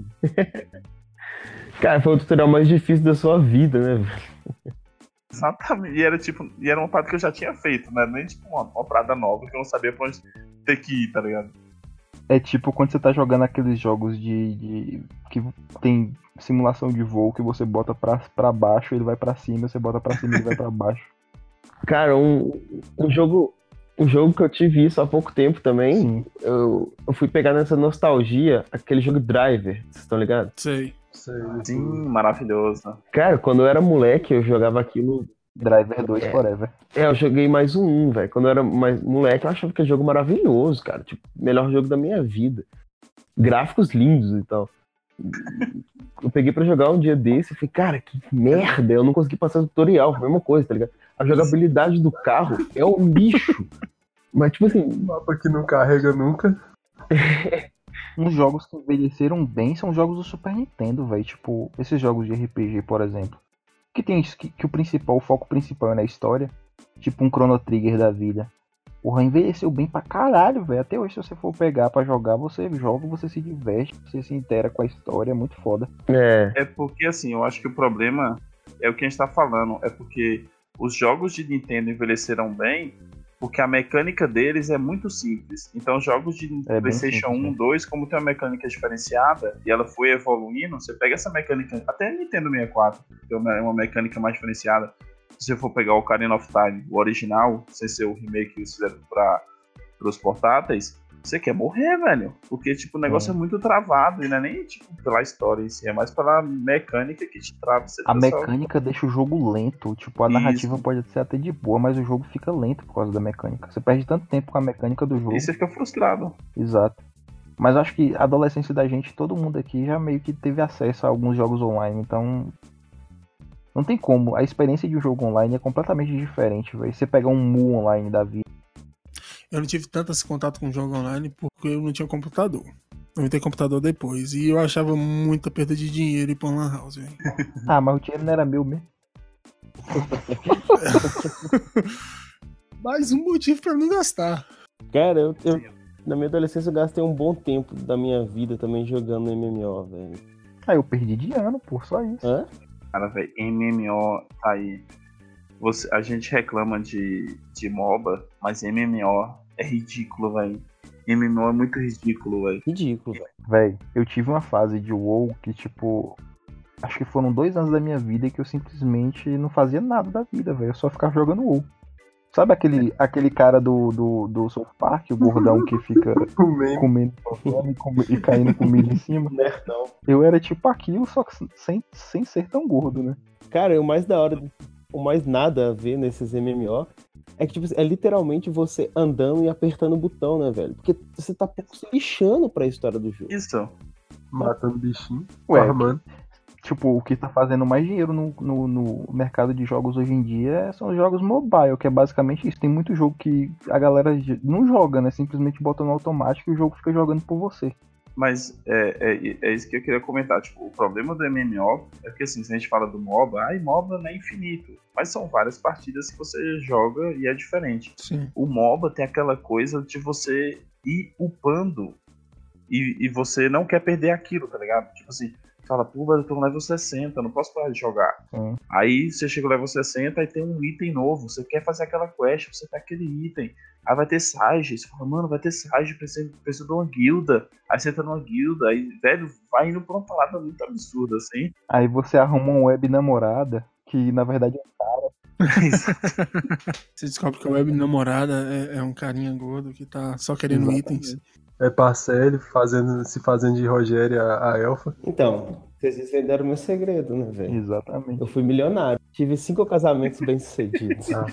Cara, foi o tutorial mais difícil da sua vida, né, velho? Exatamente. E era, tipo, e era uma parte que eu já tinha feito, né? Nem, tipo, uma, uma parada nova que eu não sabia pra onde ter que ir, tá ligado? É tipo quando você tá jogando aqueles jogos de, de- que tem simulação de voo que você bota pra, pra baixo, ele vai pra cima, você bota pra cima e ele vai pra baixo. Cara, um, um jogo. Um jogo que eu tive isso há pouco tempo também. Sim. Eu, eu fui pegar nessa nostalgia aquele jogo Driver, vocês estão ligados? Sei. Sei, Sim, maravilhoso. Cara, quando eu era moleque, eu jogava aquilo. Driver dois É. Forever. É, eu joguei mais um, um, velho. Quando eu era mais moleque, eu achava aquele jogo maravilhoso, cara. Tipo, melhor jogo da minha vida. Gráficos lindos e tal. Eu peguei pra jogar um dia desse e falei, cara, que merda, eu não consegui passar o tutorial, foi a mesma coisa, tá ligado? A jogabilidade do carro é um lixo. Mas, tipo assim, mapa que não carrega nunca. Uns jogos que envelheceram bem são jogos do Super Nintendo, velho. Tipo, esses jogos de R P G, por exemplo. Que tem isso, que, que o principal, o foco principal é na história. Tipo um Chrono Trigger da vida. Porra, envelheceu bem pra caralho, velho. Até hoje, se você for pegar pra jogar, você joga, você se diverte, você se intera com a história, é muito foda. é. É porque, assim, eu acho que o problema é o que a gente tá falando. É porque os jogos de Nintendo envelheceram bem porque a mecânica deles é muito simples. Então, os jogos de É bem PlayStation simples, um, né? dois, como tem uma mecânica diferenciada e ela foi evoluindo, você pega essa mecânica, até Nintendo sessenta e quatro, que é uma, uma mecânica mais diferenciada. Se você for pegar o Ocarina of Time, o original, sem ser o remake que eles fizeram para os portáteis, você quer morrer, velho. Porque, tipo, o negócio é, É. muito travado. E não é nem, tipo, pela história em si. É mais pela mecânica que te trava. Você A tá só- mecânica deixa o jogo lento. Tipo, a Isso. narrativa pode ser até de boa, mas o jogo fica lento por causa da mecânica. Você perde tanto tempo com a mecânica do jogo. E você fica frustrado. Exato. Mas acho que a adolescência da gente, todo mundo aqui já meio que teve acesso a alguns jogos online. Então, Não tem como. A experiência de um jogo online é completamente diferente, velho. Você pega um Mu online da vida. Eu não tive tanto esse contato com o jogo online porque eu não tinha computador. Eu ter computador depois. E eu achava muita perda de dinheiro ir pra uma lan house, velho. Ah, mas o dinheiro não era meu mesmo. Mais um motivo pra não gastar. Cara, eu, eu na minha adolescência eu gastei um bom tempo da minha vida também jogando M M O, velho. Ah, eu perdi de ano, pô, só isso. Hã? Cara, velho, M M O tá aí. Você, a gente reclama de, de MOBA, mas M M O é ridículo, velho. M M O é muito ridículo, velho. Ridículo, velho. Véi, eu tive uma fase de WoW que, tipo... Acho que foram dois anos da minha vida que eu simplesmente não fazia nada da vida, velho. Eu só ficava jogando WoW. Sabe aquele, aquele cara do, do, do South Park, o gordão que fica comendo e, come, e caindo comida em cima? Nerdão. Eu era tipo aquilo, só que sem, sem ser tão gordo, né? Cara, o mais da hora, o mais nada a ver nesses M M O é que, tipo, é literalmente você andando e apertando o botão, né, velho? Porque você tá pouco se lixando pra história do jogo. Isso. Matando bichinho, Ué, farmando. Tipo, o que tá fazendo mais dinheiro no, no, no mercado de jogos hoje em dia são os jogos mobile, que é basicamente isso. Tem muito jogo que a galera não joga, né? Simplesmente bota no automático e o jogo fica jogando por você. Mas é, é, é isso que eu queria comentar. Tipo, o problema do M M O é que, assim, se a gente fala do MOBA, ai, MOBA não é infinito. Mas são várias partidas que você joga e é diferente. Sim. O MOBA tem aquela coisa de você ir upando e, e você não quer perder aquilo, tá ligado? Tipo assim, fala, pô, eu tô no level sessenta, não posso parar de jogar. Sim. Aí você chega no level sessenta e tem um item novo, você quer fazer aquela quest, você tem aquele item. Aí vai ter Sage, você fala, mano, vai ter Sage, preciso, preciso de uma guilda. Aí você entra numa guilda, aí, velho, vai indo pra uma parada muito absurda, assim. Aí você arruma uma web namorada, que na verdade é um cara. Você descobre que a web namorada é, é um carinha gordo que tá só querendo Exatamente. itens. É Parcelli fazendo, se fazendo de Rogério a, a elfa. Então, vocês desvendaram meu segredo, né, velho? Exatamente. Eu fui milionário. Tive cinco casamentos bem-sucedidos. Ah.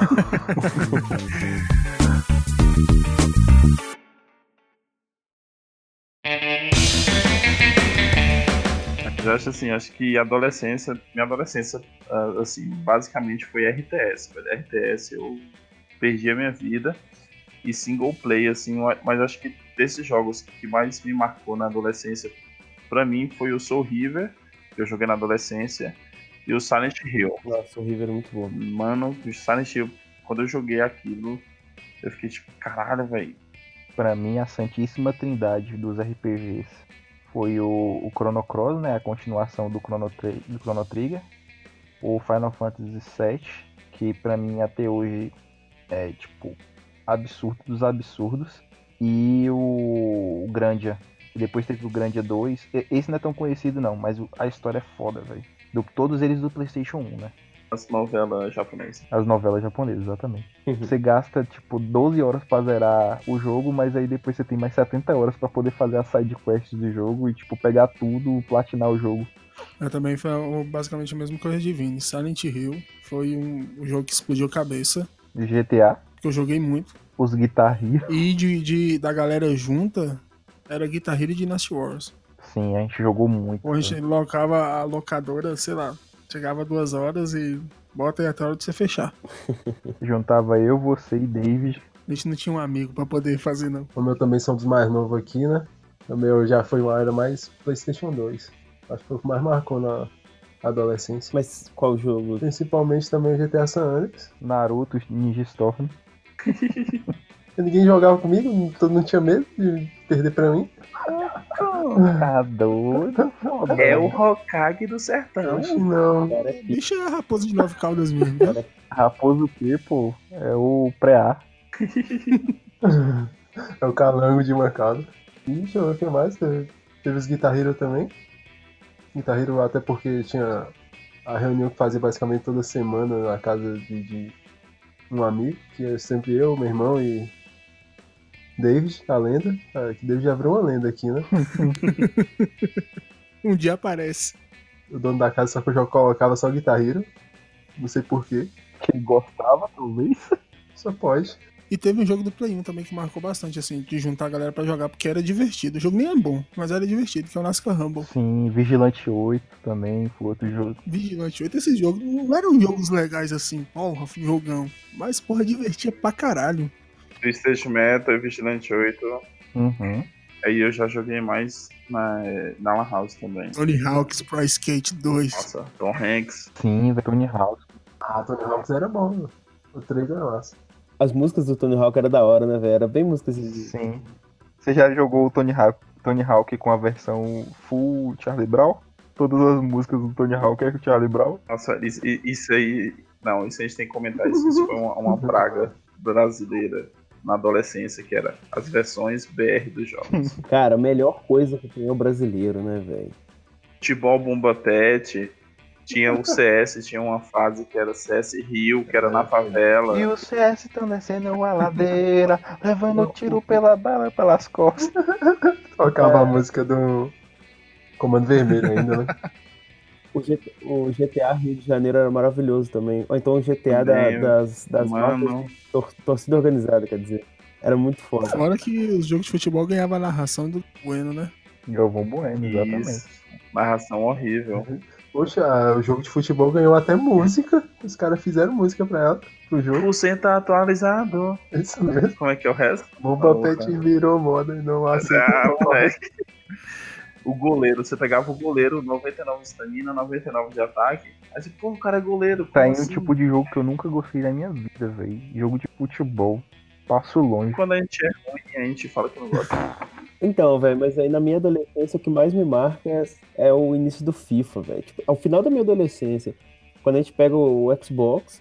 Eu acho assim, acho que a adolescência, minha adolescência, assim, basicamente foi R T S. Velho. R T S eu perdi a minha vida e single play, assim, mas acho que desses jogos que mais me marcou na adolescência, pra mim, foi o Soul River, que eu joguei na adolescência, e o Silent Hill. Nossa, o River é muito bom. Mano, o Silent Hill, quando eu joguei aquilo, eu fiquei tipo, caralho, velho. Pra mim, a santíssima trindade dos R P Gs foi o, o Chrono Cross, né? A continuação do Chrono, Tri- do Chrono Trigger. O Final Fantasy sete, que pra mim até hoje é, tipo, absurdo dos absurdos. E o, o Grandia, que depois teve o Grandia dois. E- Esse não é tão conhecido não, mas o- a história é foda, velho. Do- Todos eles do PlayStation um, né? As novelas japonesas. As novelas japonesas, exatamente. Você gasta, tipo, doze horas pra zerar o jogo, mas aí depois você tem mais setenta horas pra poder fazer as side quests do jogo e, tipo, pegar tudo, platinar o jogo. Eu também foi basicamente a mesma coisa de Vini. Silent Hill foi um, um jogo que explodiu a cabeça, G T A, que eu joguei muito. os Guitar Hero. E de, de- da galera junta, era Guitar Hero e Dynasty Wars. Sim, a gente jogou muito. Ou a cara. gente locava a locadora, sei lá, chegava duas horas e bota aí até a hora de você fechar. Juntava eu, você e David. A gente não tinha um amigo pra poder fazer, não. Como eu também sou um dos mais novos aqui, né? O meu já foi uma era mais PlayStation dois. Acho que foi o que mais marcou na adolescência. Mas qual jogo? Principalmente também o G T A San Andreas. Naruto, Ninja Storm. Ninguém jogava comigo, todo mundo tinha medo de perder pra mim. Tá doido? foda. É o Hokage do sertão. Acho não. Cara, é pica. Deixa a raposa de nove caudas mesmo, né? Raposo o quê, pô? É o pré-A. É o calango de mercado. E deixa eu ver o que mais. Teve, teve os Guitar Hero também. Guitar Hero até porque tinha a reunião que fazia basicamente toda semana na casa de, de um amigo, que é sempre eu, meu irmão e David, a lenda. Ah, que David já virou uma lenda aqui, né? Um dia aparece. O dono da casa só que eu já colocava só Guitar Hero. Não sei porquê. Que ele gostava, talvez. Só pode. E teve um jogo do Play um também que marcou bastante, assim, de juntar a galera pra jogar, porque era divertido. O jogo nem é bom, mas era divertido, que é o NASCAR Rumble. Sim, Vigilante oito também foi outro jogo. Vigilante oito, esses jogos não eram jogos legais assim, porra, jogão. Mas, porra, divertia pra caralho. Twisted Metal e Vigilante oito. Uhum. Aí eu já joguei mais na, na Lan House também. Tony Hawk's Pro Skate dois. Nossa, Tom Hanks. Sim, da Tony Hawk. Ah, Tony Hawks era bom, mano. O três era massa. As músicas do Tony Hawk eram da hora, né, velho? Era bem músicas de... Sim. Você já jogou o Tony Hawk, Tony Hawk com a versão full Charlie Brown? Todas as músicas do Tony Hawk é com o Charlie Brown? Nossa, isso, isso aí... Não, isso a gente tem que comentar. Isso, isso foi uma, uma praga brasileira na adolescência, que era as versões B R dos jogos. Cara, a melhor coisa que tem é o brasileiro, né, velho? Futebol Bomba Pet, tinha o C S, tinha uma fase que era C S Rio, que era na favela. E o C S tão descendo uma ladeira, levando tiro pela bala pelas costas. Tocava a música do Comando Vermelho ainda, né? O, G T, o G T A Rio de Janeiro era maravilhoso também. Ou então o G T A da, Também, das, das mano. marcas de tor- torcida organizada, quer dizer. Era muito foda. Fora que os jogos de futebol ganhavam a narração do Bueno, né? Galvão Bueno, exatamente. Isso. Narração horrível. Poxa, o jogo de futebol ganhou até música. Os caras fizeram música pra ela, pro jogo. cem por cento atualizado. Isso mesmo. Como é que é o resto? Bomba Porra. Pet virou moda e não Ah, aceitou. moleque. O goleiro, você pegava o goleiro, noventa e nove de estamina, noventa e nove de ataque. Aí você, pô, o cara é goleiro. Tá como aí um assim? tipo de jogo que eu nunca gostei da minha vida, velho. Jogo de futebol. Passo longe. Quando a gente é ruim, a gente fala que não gosta. Então, velho, mas aí na minha adolescência o que mais me marca é, é o início do FIFA, velho. Tipo, ao final da minha adolescência, quando a gente pega o, o Xbox,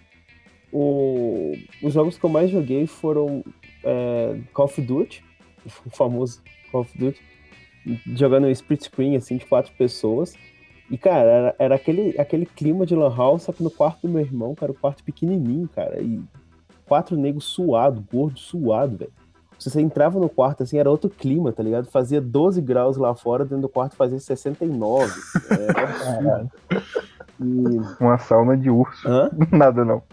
o- os jogos que eu mais joguei foram é, Call of Duty, o famoso Call of Duty, jogando em split screen, assim, de quatro pessoas. E, cara, era, era aquele, aquele clima de lan house, só que no quarto do meu irmão, cara, o quarto pequenininho, cara, e quatro negros suado, gordo, suado, velho. Se você entrava no quarto, assim, era outro clima, tá ligado? Fazia doze graus lá fora, dentro do quarto fazia sessenta e nove. É, e... Uma sauna de urso. Hã? Nada não.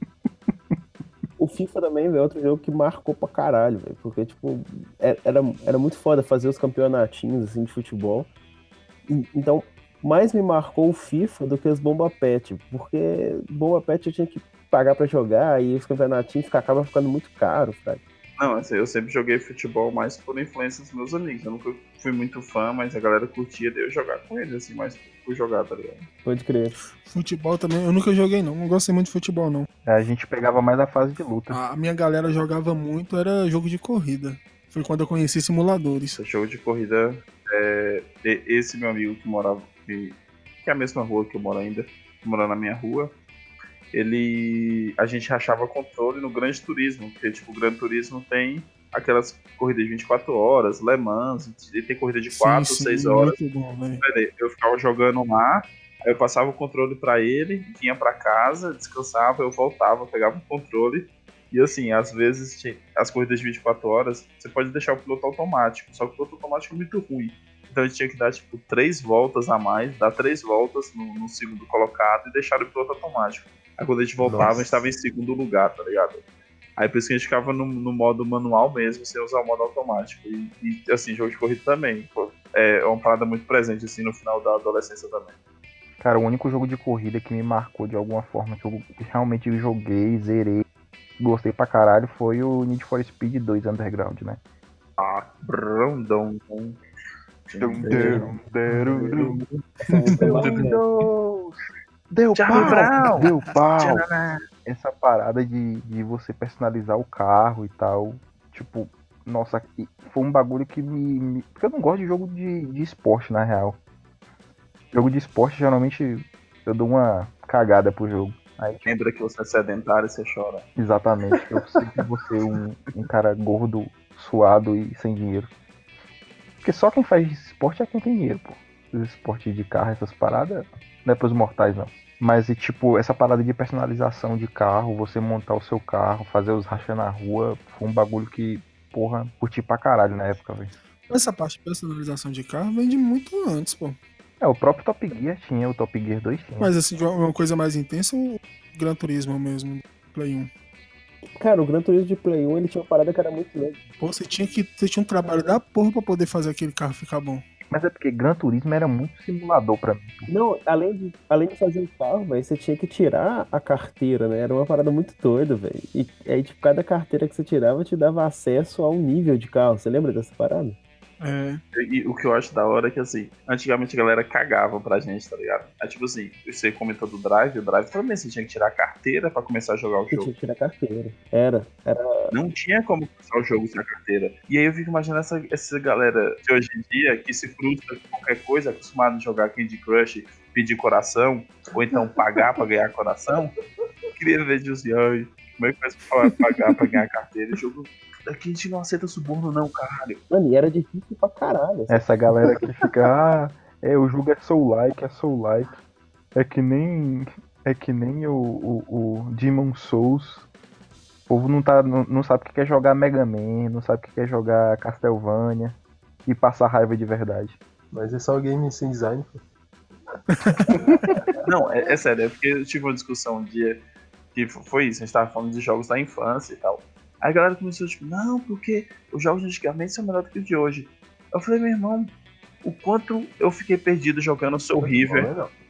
O FIFA também é outro jogo que marcou pra caralho, velho. Porque, tipo, era, era muito foda fazer os campeonatinhos, assim, de futebol. E- então, mais me marcou o FIFA do que os Bomba Pet. Porque Bomba Pet eu tinha que pagar pra jogar e os campeonatinhos acabavam ficando muito caros, cara. Não, assim, eu sempre joguei futebol mais por influência dos meus amigos. Eu nunca fui muito fã, mas a galera curtia de eu jogar com eles, assim, mais por jogar, tá ligado? Pode crer. Futebol também, eu nunca joguei não, não gostei muito de futebol não. A gente pegava mais a fase de luta. A minha galera jogava muito, era jogo de corrida. Foi quando eu conheci simuladores. Esse jogo de corrida, é, e- esse meu amigo que morava, que, que é a mesma rua que eu moro ainda, que mora na minha rua, ele, a gente rachava controle no Grande Turismo, porque tipo, o Grande Turismo tem aquelas corridas de vinte e quatro horas, Le Mans, ele tem corrida de quatro, Sim, sim, seis horas. muito bom, velho. Eu ficava jogando lá, aí eu passava o controle pra ele, vinha pra casa, descansava, eu voltava, pegava o controle. E assim, às vezes tinha- as corridas de vinte e quatro horas, você pode deixar o piloto automático, só que o piloto automático é muito ruim. Então a gente tinha que dar tipo três voltas a mais, dar três voltas no, no segundo colocado e deixar o piloto automático. Aí quando a gente voltava, Nossa. a gente estava em segundo lugar, tá ligado? Aí por isso que a gente ficava no, no modo manual mesmo, sem usar o modo automático. E, e, assim, jogo de corrida também, pô, é uma parada muito presente assim no final da adolescência também. Cara, o único jogo de corrida que me marcou de alguma forma, que eu realmente joguei, zerei, gostei pra caralho, foi o Need for Speed dois Underground, né? Ah, brandão. Deu Charlie pau! Brown! Deu pau! Essa parada de, de você personalizar o carro e tal, tipo, nossa, e foi um bagulho que me, me- porque eu não gosto de jogo de, de esporte, na real. Jogo de esporte, geralmente, eu dou uma cagada pro jogo. Aí, tipo, Lembra que você é sedentário e você chora. exatamente, eu sempre vou ser um, um cara gordo, suado e sem dinheiro. Porque só quem faz esporte é quem tem dinheiro, pô. Os esportes de carro, essas paradas, não é pros mortais, não. Mas, e, tipo, essa parada de personalização de carro, você montar o seu carro, fazer os rachas na rua, foi um bagulho que, porra, curti pra caralho na época, velho. Essa parte de personalização de carro vem de muito antes, pô. É, o próprio Top Gear tinha, o Top Gear dois tinha. Mas assim, de uma uma coisa mais intensa, o Gran Turismo mesmo, Play um. Cara, o Gran Turismo de Play um, ele tinha uma parada que era muito legal. Pô, você tinha que você tinha um trabalho da porra pra poder fazer aquele carro ficar bom. Mas é porque Gran Turismo era muito simulador pra mim. Não, além de, além de fazer o carro, velho, você tinha que tirar a carteira, né? Era uma parada muito doida, velho. E aí, tipo, cada carteira que você tirava te dava acesso a um nível de carro. Você lembra dessa parada? É. E o que eu acho da hora é que, assim, antigamente a galera cagava pra gente, tá ligado? Aí, tipo assim, você comentou do Drive, o Drive também você tinha que tirar a carteira pra começar a jogar o Você jogo. tinha que tirar a carteira. Era, era... Não tinha como começar o jogo sem a carteira. E aí eu fico imaginando essa, essa galera de hoje em dia que se frustra com qualquer coisa, acostumado a jogar Candy Crush, pedir coração, ou então pagar pra ganhar coração. Eu queria ver de assim, ai, como é que faz pra pagar pra ganhar carteira? O jogo aqui a gente não aceita suborno, não, caralho. Mano, e era difícil pra caralho. Assim. Essa galera que fica, ah, é, o jogo é soul-like, é soul-like. É que nem. É que nem o, o, o Demon Souls. O povo não, tá, não, não sabe o que é jogar Mega Man, não sabe o que é jogar Castlevania e passar raiva de verdade. Mas é só game sem design, pô. Não, é, é sério, é porque eu tive uma discussão um dia que foi isso, a gente tava falando de jogos da infância e tal. Aí a galera começou tipo, não, porque os jogos de antigamente são melhores do que os de hoje. Eu falei, meu irmão, o quanto eu fiquei perdido jogando Soul River, Não, não.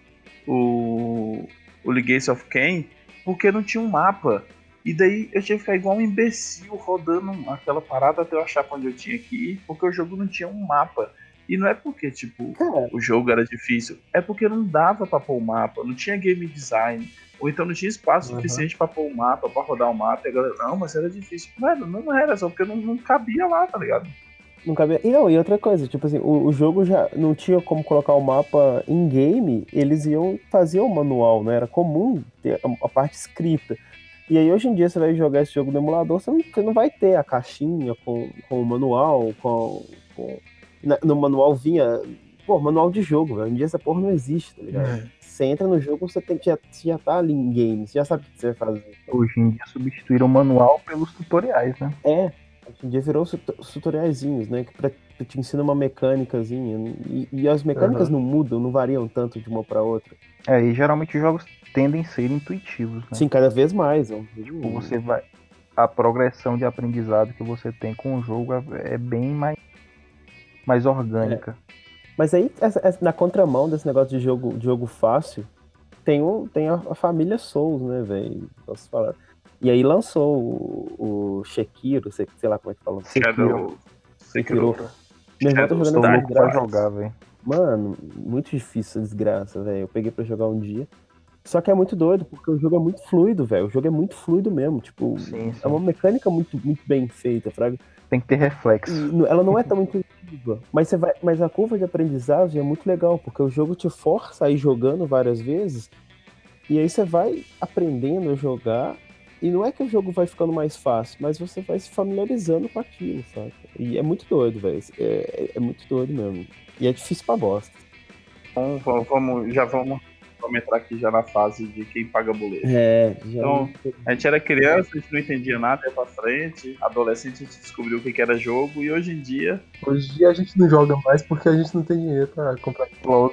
o, o Legacy of Kain, porque não tinha um mapa. E daí eu tinha que ficar igual um imbecil rodando aquela parada até eu achar pra onde eu tinha que ir, porque o jogo não tinha um mapa. E não é porque, tipo, Cara, o jogo era difícil, é porque não dava pra pôr o mapa, não tinha game design, ou então não tinha espaço Uhum. suficiente pra pôr o mapa, pra rodar o mapa, e a galera, não, mas era difícil. Mano, não era, só porque não, não cabia lá, tá ligado? não cabia. E não, e outra coisa, tipo assim, o, o jogo já não tinha como colocar o mapa em game, eles iam fazer o manual, né? Era comum ter a, a parte escrita. E aí hoje em dia você vai jogar esse jogo no emulador, você não, você não vai ter a caixinha com, com o manual, com. com... Na- no manual vinha. Pô, manual de jogo, velho. Hoje em dia essa porra não existe, tá ligado? É. Você entra no jogo, você, tem, que- já, você já tá ali em game, você já sabe o que você vai fazer. Hoje em dia substituíram o manual pelos tutoriais, né? É, hoje em dia virou os tut- os tutoriaizinhos, né? Que pra, que te ensina uma mecânicazinha. E, e as mecânicas Aham. não mudam, não variam tanto de uma pra outra. É, e geralmente os jogos tendem a ser intuitivos, né? Sim, cada vez mais. Ó. Tipo, você vai. A progressão de aprendizado que você tem com o jogo é, é bem mais, mais orgânica. Mas aí, essa- essa- na contramão desse negócio de jogo, de jogo fácil, tem, um, tem a, a família Souls, né, velho? Posso falar. E aí lançou o, o Sekiro, sei, sei lá como é que fala. Shadow, Sekiro. Sekiro. Meu irmão tá Shadows jogando Tô essa louco pra desgraça. jogar, velho. Mano, muito difícil essa desgraça, velho. Eu peguei pra jogar um dia. Só que é muito doido, porque o jogo é muito fluido, velho. O jogo é muito fluido mesmo. Tipo, Sim, sim. é uma mecânica muito, muito bem feita, fraga. Tem que ter reflexo. E n- ela não é tão intuitiva. Mas, você vai, mas a curva de aprendizagem é muito legal, porque o jogo te força a ir jogando várias vezes. E aí você vai aprendendo a jogar. E não é que o jogo vai ficando mais fácil, mas você vai se familiarizando com aquilo, sabe? E é muito doido, velho. É, é- é muito doido mesmo. E é difícil pra bosta. Então, vamos, vamos- já vamos, vamos entrar aqui já na fase de quem paga boleto. É, já. Então, A gente era criança, a gente não entendia nada, ia pra frente. Adolescente, a gente descobriu o que que era jogo. E hoje em dia, Hoje em dia a gente não joga mais porque a gente não tem dinheiro pra comprar close.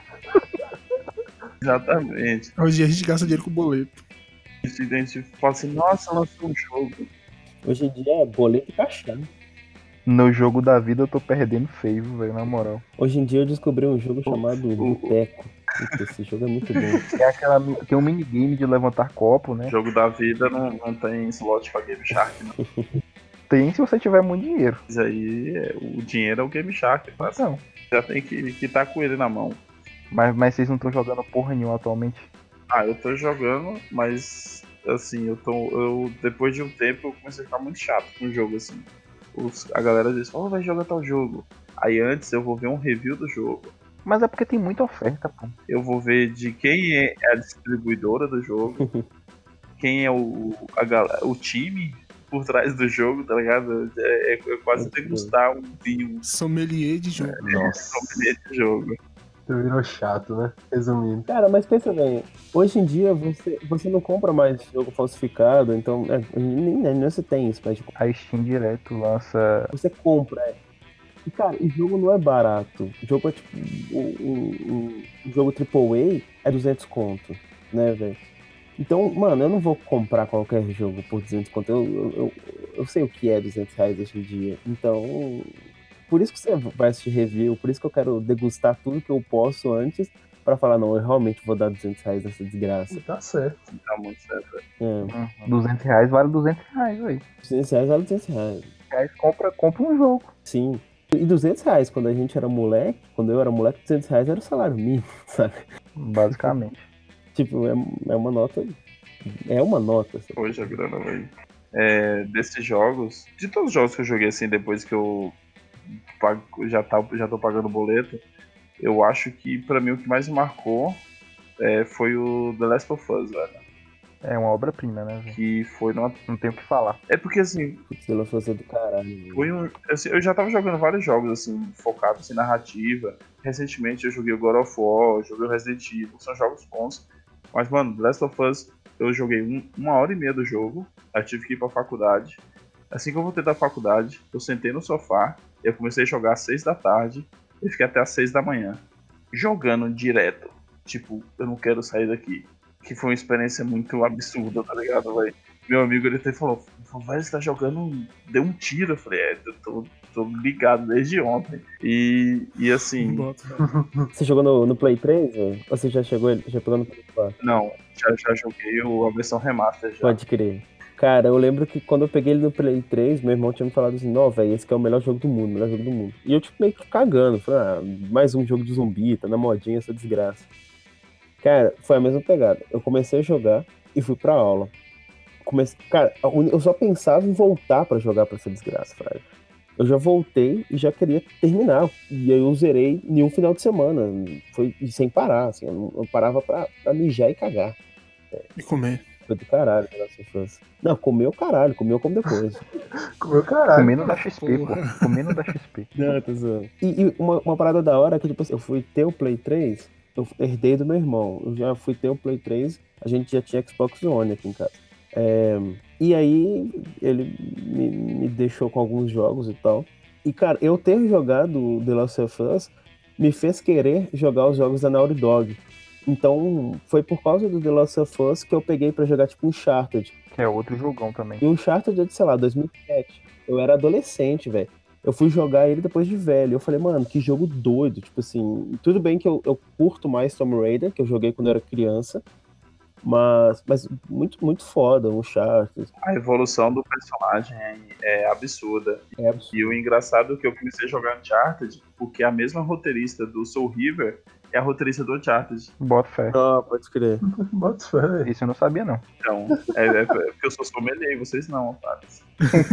exatamente. Hoje a gente gasta dinheiro com boleto. A gente, a gente fala assim, nossa, lançou um jogo. Hoje em dia é boleto e caixão. No jogo da vida eu tô perdendo feio, velho, na moral. Hoje em dia eu descobri um jogo chamado o- Boteco. Puta, esse jogo é muito bom. Tem, aquela, tem um minigame de levantar copo, né? O jogo da vida não, não tem slot pra Game Shark, não. Tem se você tiver muito dinheiro. Mas aí é, o dinheiro é o Game Shark, mas Não. já tem que estar com ele na mão. Mas, mas vocês não estão jogando porra nenhuma atualmente. Ah, eu tô jogando, mas assim, eu tô. Eu, depois de um tempo eu comecei a ficar muito chato com o jogo, assim. Os, a galera diz, oh, vai jogar tal jogo. Aí antes eu vou ver um review do jogo. Mas é porque tem muita oferta, pô. Eu vou ver de quem é a distribuidora do jogo, quem é o, a, gal- o time por trás do jogo, tá ligado? É, é, é quase degustar um vinho Sommelier de jogo. Nossa, nesse jogo. tu virou chato, né? Resumindo. Cara, mas pensa bem, hoje em dia você, você não compra mais jogo falsificado, então é, nem, nem você tem isso, mas tipo, A Steam direto lança. você compra. É. E cara, o jogo não é barato. O jogo é tipo. O, o, o- o jogo triplo A é duzentos conto, né, velho? Então, mano, eu não vou comprar qualquer jogo por duzentos conto. Eu, eu, eu, eu sei o que é duzentos reais hoje em dia. Então, por isso que você vai assistir review, por isso que eu quero degustar tudo que eu posso antes pra falar, não, eu realmente vou dar duzentos reais nessa desgraça. Tá certo. Tá muito certo. É, Uhum. duzentos reais vale duzentos reais, velho. duzentos reais vale duzentos reais. Reais compra, compra um jogo. Sim. E duzentos reais, quando a gente era moleque, quando eu era moleque, duzentos reais era o salário mínimo, sabe? Basicamente. Tipo, é, é uma nota. É uma nota. Sabe? Hoje a grana, velho. É, desses jogos, de todos os jogos que eu joguei assim, depois que eu pago, já, tá, já tô pagando boleto, eu acho que pra mim o que mais me marcou é, foi o The Last of Us, velho. É uma obra-prima, né, velho? Que foi numa... Não tem o que falar. É porque assim, Putz, ela fosse do caralho. velho. foi um, assim, eu já tava jogando vários jogos assim, focados em narrativa. Recentemente eu joguei o God of War, joguei o Resident Evil, são jogos bons. Mas, mano, The Last of Us, eu joguei um, uma hora e meia do jogo, aí tive que ir pra faculdade. Assim que eu voltei da faculdade, eu sentei no sofá, eu comecei a jogar às seis da tarde, e fiquei até às seis da manhã, jogando direto. Tipo, eu não quero sair daqui. Que foi uma experiência muito absurda, tá ligado, velho? Meu amigo, ele até falou, velho, você tá jogando, deu um tiro. Eu falei, é, eu tô, tô ligado desde ontem. E, e assim, Bota. Você jogou no, no Play três, velho? Ou você já chegou, já pegou no Play quatro? não, já, já joguei o- a versão remaster já. Pode crer. Cara, eu lembro que quando eu peguei ele no Play três, meu irmão tinha me falado assim, não, velho, esse aqui é o melhor jogo do mundo, melhor jogo do mundo. E eu, tipo, meio que cagando. Falei, ah, mais um jogo de zumbi, tá na modinha essa desgraça. Cara, foi a mesma pegada. Eu comecei a jogar e fui pra aula. Comecei... Cara, a uni- eu só pensava em voltar pra jogar pra essa desgraça, Fraga. Eu já voltei e já queria terminar. E aí eu zerei em um final de semana. Foi sem parar, assim. Eu, não- eu parava pra, pra mijar e cagar. E comer. Foi do caralho, The Last of Us. Não, comeu o caralho, comeu como depois. Comeu caralho. Comendo da X P, pô. Porra. Comendo da X P. Não, tô zoando. E, e uma, uma parada da hora é que, tipo assim, eu fui ter o Play três, eu herdei do meu irmão. Eu já fui ter o Play três, a gente já tinha Xbox One aqui em casa. É, e aí, ele me, me deixou com alguns jogos e tal. E, cara, eu ter jogado The Last of Us me fez querer jogar os jogos da Naughty Dog. Então, foi por causa do The Last of Us que eu peguei pra jogar, tipo, Uncharted. Que é outro jogão também. E o Uncharted é de, sei lá, dois mil e sete. Eu era adolescente, velho. Eu fui jogar ele depois de velho. Eu falei, mano, que jogo doido. Tipo assim, tudo bem que eu, eu curto mais Tomb Raider, que eu joguei quando eu era criança. Mas, mas muito, muito foda o Uncharted. A evolução do personagem é, é absurda. É absurdo. E o engraçado é que eu comecei a jogar Uncharted porque a mesma roteirista do Soul River é a roteirista do Uncharted. Bota fé. Ah, pode crer. Bota fé. Isso eu não sabia, não. Então, é, é porque eu sou sommelier e vocês não, rapazes.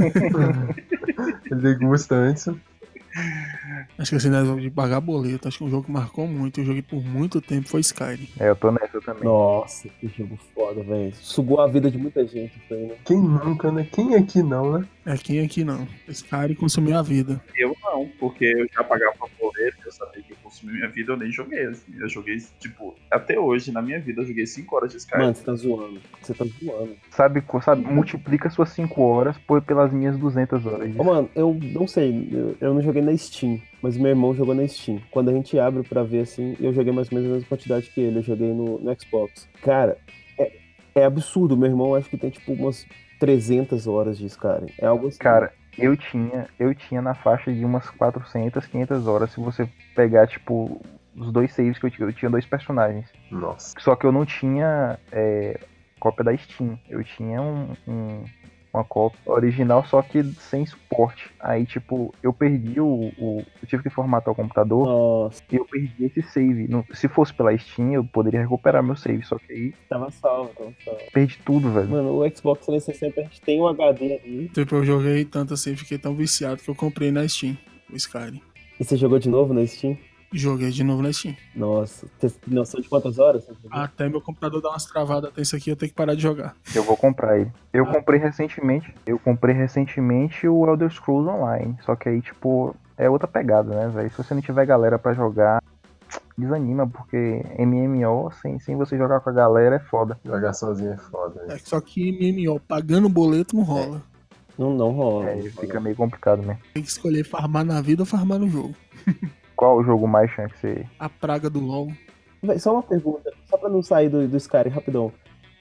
Ele degusta antes. Acho que assim, né, de pagar boleto, acho que um jogo que marcou muito, eu joguei por muito tempo, foi Skyrim. É, eu tô nessa também. Nossa, que jogo foda, velho. Sugou a vida de muita gente isso aí, né? Quem nunca, né? Quem aqui não, né? É quem aqui não. Skyrim consumiu a vida. Eu não, porque eu já pagava boleto, eu sabia que eu consumi minha vida, eu nem joguei. Assim. Eu joguei, tipo, até hoje, na minha vida, eu joguei cinco horas de Skyrim. Mano, você tá zoando. Você tá zoando. Sabe, co- sabe, multiplica suas cinco horas por, pelas minhas duzentas horas. Ô, mano, eu não sei, eu, eu não joguei na Steam, mas meu irmão jogou na Steam. Quando a gente abre pra ver assim, eu joguei mais ou menos a mesma quantidade que ele, eu joguei no, no Xbox. Cara, é, é absurdo, meu irmão acho que tem tipo umas trezentas horas de Skyrim. É algo assim. Cara, eu tinha, eu tinha na faixa de umas quatrocentas, quinhentas horas se você pegar, tipo, os dois saves que eu tinha. Eu tinha dois personagens. Nossa. Só que eu não tinha é, cópia da Steam. Eu tinha um, um- uma cópia original, só que sem suporte. Aí, tipo, eu perdi o. o- eu tive que formatar o computador Nossa, e eu perdi esse save. Não- se fosse pela Steam, eu poderia recuperar meu save. Só que aí tava salvo, tava salvo. perdi tudo, velho. Mano, o Xbox trezentos e sessenta a gente tem um H D ali. Tipo, eu joguei tanto assim, fiquei tão viciado que eu comprei na Steam, o Skyrim. E você jogou de novo na Steam? Joguei de novo na Steam. Nossa, você tem noção de quantas horas? Você jogou? Até meu computador dar umas travadas até isso aqui, eu tenho que parar de jogar. Eu vou comprar ele. Eu Ah. comprei recentemente. Eu comprei recentemente o Elder Scrolls Online. Só que aí, tipo, é outra pegada, né, velho? Se você não tiver galera pra jogar, desanima, porque M M O, sem, sem você jogar com a galera, é foda. Jogar sozinho é foda. É Né? que só que M M O pagando boleto não rola. Não, não rola. É, não rola. fica meio complicado mesmo. Tem que escolher farmar na vida ou farmar no jogo. Qual o jogo mais chance que você. A praga do LoL. Véi, só uma pergunta, só pra não sair do, do Skyrim, rapidão.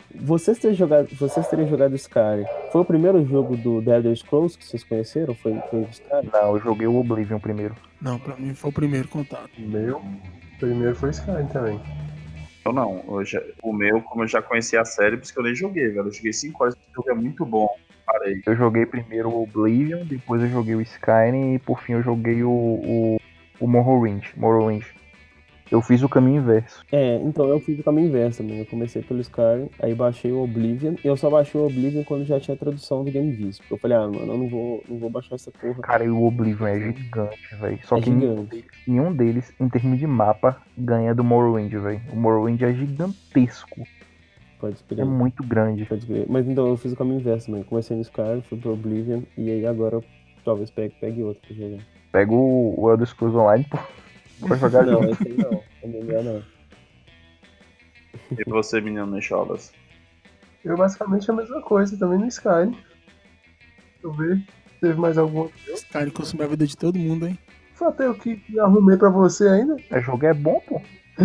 Vocês terem jogado, vocês terem jogado Skyrim, foi o primeiro jogo do The Elder Scrolls que vocês conheceram? Foi, foi o Skyrim? Não, eu joguei o Oblivion primeiro. Não, pra mim foi o primeiro contato. Meu primeiro foi Skyrim também. Eu não, eu já- o meu, como eu já conhecia a série, por isso que eu nem joguei, velho. Eu joguei cinco horas, o jogo é muito bom. Parei. Eu joguei primeiro o Oblivion, depois eu joguei o Skyrim e por fim eu joguei o, o, o Morrowind. Morrowind. Eu fiz o caminho inverso. É, então eu fiz o caminho inverso também. Eu comecei pelo Skyrim, aí baixei o Oblivion. E eu só baixei o Oblivion quando já tinha a tradução do Game Viz. Porque eu falei, ah, mano, eu não vou, não vou baixar essa porra. Cara, e o Oblivion é gigante, velho. Só É que nenhum gigante. deles, nenhum deles, em termos de mapa, ganha do Morrowind, velho. O Morrowind é gigantesco. Pode É escrever. muito grande. Pode escrever. Mas então eu fiz o caminho inverso também. Comecei no Skyrim, fui pro Oblivion. E aí agora eu talvez pegue, pegue outro pra jogar. Pega o, o Elder Scrolls Online pô, pra jogar Não, junto. esse aí não. M M O não. E você, menino Necholas? Eu basicamente a mesma coisa também no Skyrim. Deixa eu ver. Teve mais algum outro? Esse cara consumiu a vida de todo mundo, hein? Foi até o que arrumei pra você ainda. O jogo é bom, pô.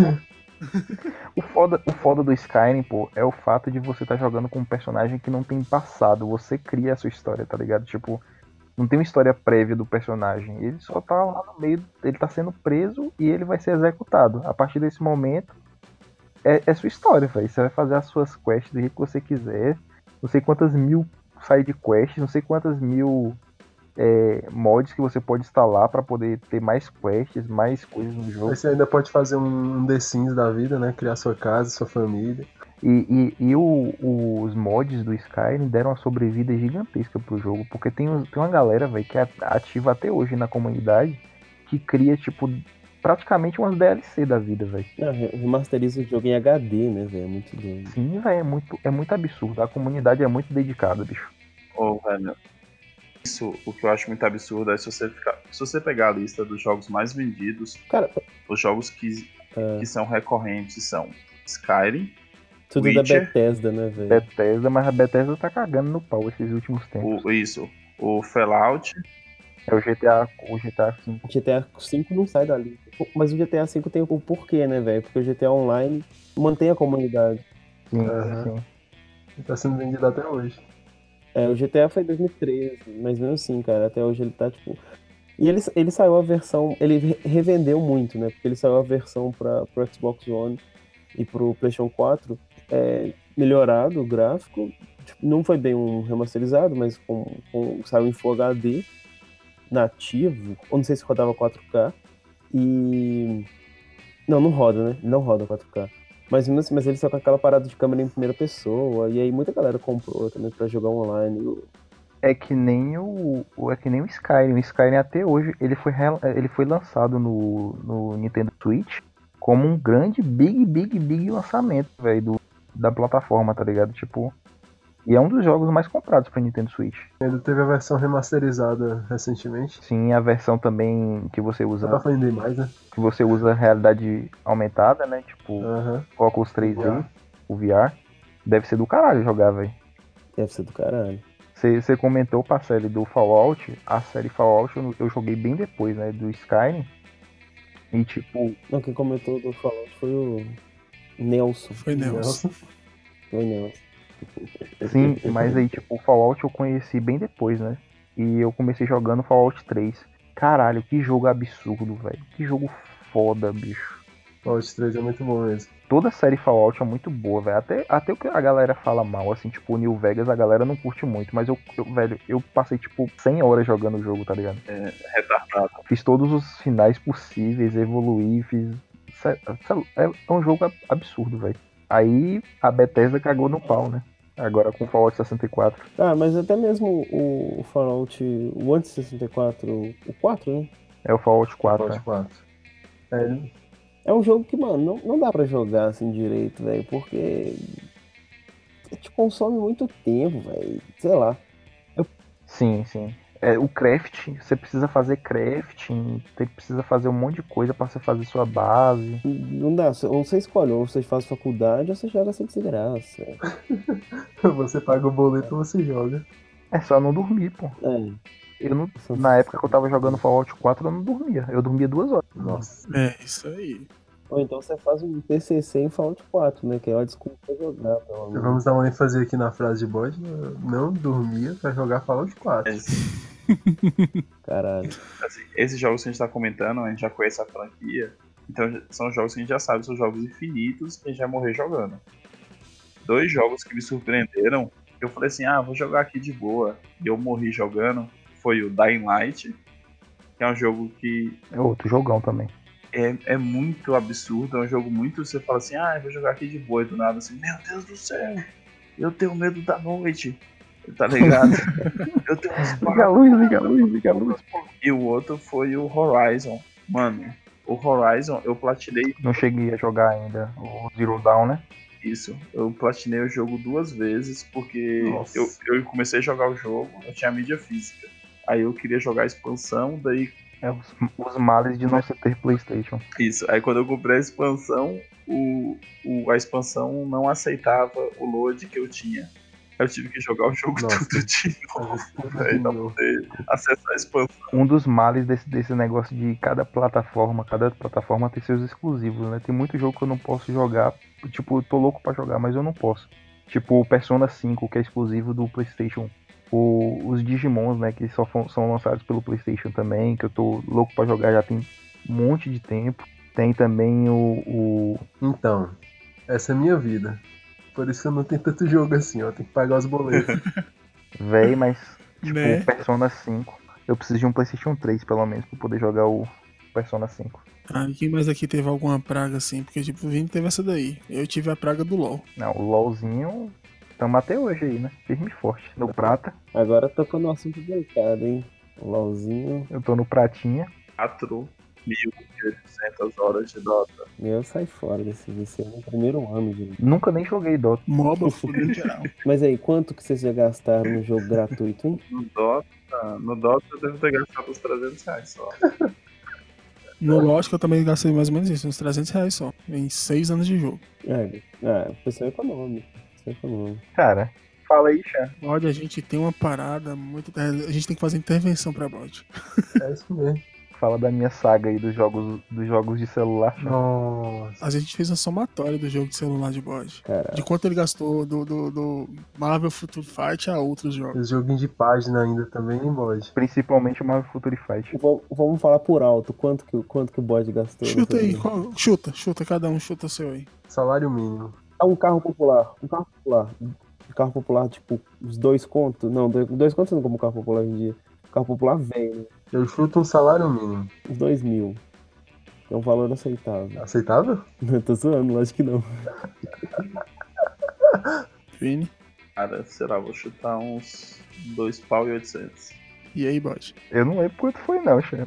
O foda, o foda do Skyrim, pô, é o fato de você estar jogando com um personagem que não tem passado. Você cria a sua história, tá ligado? Tipo, não tem uma história prévia do personagem. Ele só tá lá no meio, ele tá sendo preso e ele vai ser executado. A partir desse momento, é, é sua história, velho. Você vai fazer as suas quests do jeito que você quiser. Não sei quantas mil side quests, não sei quantas mil é, mods que você pode instalar pra poder ter mais quests, mais coisas no jogo. Aí você ainda pode fazer um The Sims da vida, né? Criar sua casa, sua família. E, e, e o- os mods do Skyrim deram uma sobrevida gigantesca pro jogo, porque tem, uns- tem uma galera, velho, que é ativa até hoje na comunidade, que cria, tipo, praticamente umas D L C da vida, velho. Ah, re- remasteriza o jogo em H D, né, velho? É muito doido. Sim, velho, é muito, é muito absurdo. A comunidade é muito dedicada, bicho. Ô, velho. Isso, o que eu acho muito absurdo é se você, ficar, se você pegar a lista dos jogos mais vendidos, Cara, os jogos que, é, que são recorrentes são Skyrim, tudo da Witcher. Bethesda, né, velho? Bethesda, mas a Bethesda tá cagando no pau esses últimos tempos. o, isso, o Fallout, É o G T A, o G T A V. O G T A V não sai dali. Mas o G T A V tem o porquê, né, velho? Porque o G T A Online mantém a comunidade. Sim, Aham. sim. E tá sendo vendido até hoje. É, o G T A foi em dois mil e treze, mas mesmo assim, cara, até hoje ele tá, tipo... E ele, ele saiu a versão... Ele re- revendeu muito, né? Porque ele saiu a versão pra, pro Xbox One e pro PlayStation quatro é, melhorado o gráfico. Tipo, não foi bem um remasterizado, mas com, com, saiu em Full H D nativo. Ou não sei se rodava quatro K. E... Não, não roda, né? Ele não roda quatro K. Mas, mesmo assim, mas ele só com aquela parada de câmera em primeira pessoa. E aí muita galera comprou também pra jogar online. É que nem o, o- é que nem o Skyrim. O Skyrim até hoje ele foi, rel- ele foi lançado no, no Nintendo Switch como um grande big big big lançamento, velho, do da plataforma, tá ligado? Tipo, e é um dos jogos mais comprados pra Nintendo Switch. Ainda teve a versão remasterizada recentemente. Sim, a versão também que você Dá usa pra vender mais, né? que você usa realidade aumentada, né? Tipo, Aham. óculos três D, V R. o V R, deve ser do caralho jogar, velho. Deve ser do caralho. Você comentou pra série do Fallout, a série Fallout eu, eu joguei bem depois, né, do Skyrim. E tipo, Não, quem comentou do Fallout foi o Nelson. Foi Nelson. Foi o Nelson. sim, mas aí tipo, o Fallout eu conheci bem depois, né? E eu comecei jogando Fallout três. Caralho, que jogo absurdo, velho. Que jogo foda, bicho. Fallout três é muito bom mesmo. Toda a série Fallout é muito boa, velho. Até, até o que a galera fala mal, assim, tipo, o New Vegas a galera não curte muito. Mas eu, eu, velho, eu passei, tipo, cem horas jogando o jogo, tá ligado? retardado. Fiz todos os finais possíveis, evoluí, fiz. Sé- sé- É é um jogo ab- absurdo, velho. Aí a Bethesda cagou no pau, né? Agora com o Fallout sessenta e quatro. Ah, mas até mesmo o, o Fallout, o antes sessenta e quatro, o quatro, né? É o Fallout quatro, Fallout né? quatro. É, ele- É um jogo que, mano, não, não dá pra jogar assim direito, velho, porque te consome muito tempo, velho. Sei lá. Sim, sim. É, o crafting, você precisa fazer crafting, você precisa fazer um monte de coisa pra você fazer sua base. Não dá. Ou você escolhe, ou você faz faculdade, ou você joga sem de graça. Você paga o boleto ou você joga. É só não dormir, pô. É. Eu não, na época que eu tava jogando Fallout quatro, eu não dormia. Eu dormia duas horas. Nossa. É, isso aí. Ou então você faz um T C C em Fallout quatro, né? Que é uma desculpa pra jogar, pelo menos. Vamos dar uma ênfase aqui na frase de bode. Não dormia pra jogar Fallout quatro. É isso. Caralho. Assim, esses jogos que a gente tá comentando, a gente já conhece a franquia. Então são jogos que a gente já sabe, são jogos infinitos que a gente vai morrer jogando. Dois jogos que me surpreenderam, eu falei assim, ah, vou jogar aqui de boa. E eu morri jogando. Foi o Dying Light, que é um jogo que É outro jogão também. é, é muito absurdo, é um jogo muito... Você fala assim, ah, eu vou jogar aqui de boa e do nada assim, meu Deus do céu, eu tenho medo da noite, tá ligado? Eu tenho uns Liga a luz, liga a luz, liga a luz. E o outro foi o Horizon. Mano, o Horizon eu platinei Não cheguei a jogar ainda o Zero Dawn, né? isso. Eu platinei o jogo duas vezes porque Nossa. eu, eu comecei a jogar o jogo, eu tinha a mídia física. Aí eu queria jogar a expansão, daí É os, os males de não se ter PlayStation. isso. Aí quando eu comprei a expansão, o, o, a expansão não aceitava o load que eu tinha. Eu tive que jogar o jogo Nossa. tudo de novo, Tudo velho, de pra novo. poder acessar a expansão. Um dos males desse, desse negócio de cada plataforma, cada plataforma ter seus exclusivos, né? Tem muito jogo que eu não posso jogar. Tipo, eu tô louco pra jogar, mas eu não posso. Tipo o Persona cinco, que é exclusivo do PlayStation. O, os Digimons, né? Que só fo- são lançados pelo PlayStation também, que eu tô louco pra jogar já tem um monte de tempo. Tem também o, o Então, essa é a minha vida. Por isso que eu não tenho tanto jogo assim, ó. Tem que pagar os boletos. véi, mas tipo Né? o Persona cinco. Eu preciso de um PlayStation três, pelo menos, pra poder jogar o Persona cinco. Ah, e quem mais aqui teve alguma praga assim? Porque, tipo, o Vini teve essa daí. Eu tive a praga do LoL. Não, o LOLzinho, tamo até hoje aí, né? Firme e forte. No prata, Agora tocou no assunto delicado, hein? O LOLzinho, eu tô no pratinha. quatro mil e oitocentas horas de Dota. meu, sai fora desse vício aí no primeiro ano de. Nunca nem joguei Dota. MOBA, fudeu geral. Mas aí, quanto que vocês já gastaram no jogo gratuito, hein? No Dota, no Dota eu devo ter gastado uns trezentos reais só. No LoL, acho que eu também gastei mais ou menos isso, uns trezentos reais só. Em seis anos de jogo. É, ah, pessoal econômico. Pessoal econômico. Cara, fala aí, Chan. Olha, a gente tem uma parada muito. A gente tem que fazer intervenção pra bot. É isso mesmo. Fala da minha saga aí dos jogos, dos jogos de celular, Chan. Nossa. A gente fez uma somatória do jogo de celular de bot. Caralho. De quanto ele gastou do, do, do Marvel Future Fight a outros jogos. Esse joguinho de página ainda também, hein, bode? Principalmente o Marvel Future Fight. Vam- Vamos falar por alto. Quanto que, quanto que o bode gastou? Chuta nessa aí, vida? qual- chuta, chuta, cada um chuta o seu aí. Salário mínimo. Ah, um carro popular. Um carro popular. Um carro popular, tipo, os dois contos. Não, dois, dois contos não como carro popular hoje em dia. Carro popular velho, né? Eu chuto um salário mínimo. Uns dois mil. É um valor aceitável. Aceitável? Não, tô zoando, lógico que não. Vini. Cara, sei lá, vou chutar uns dois pau e oitocentos. E aí, bot? Eu não lembro quanto foi não, Chan.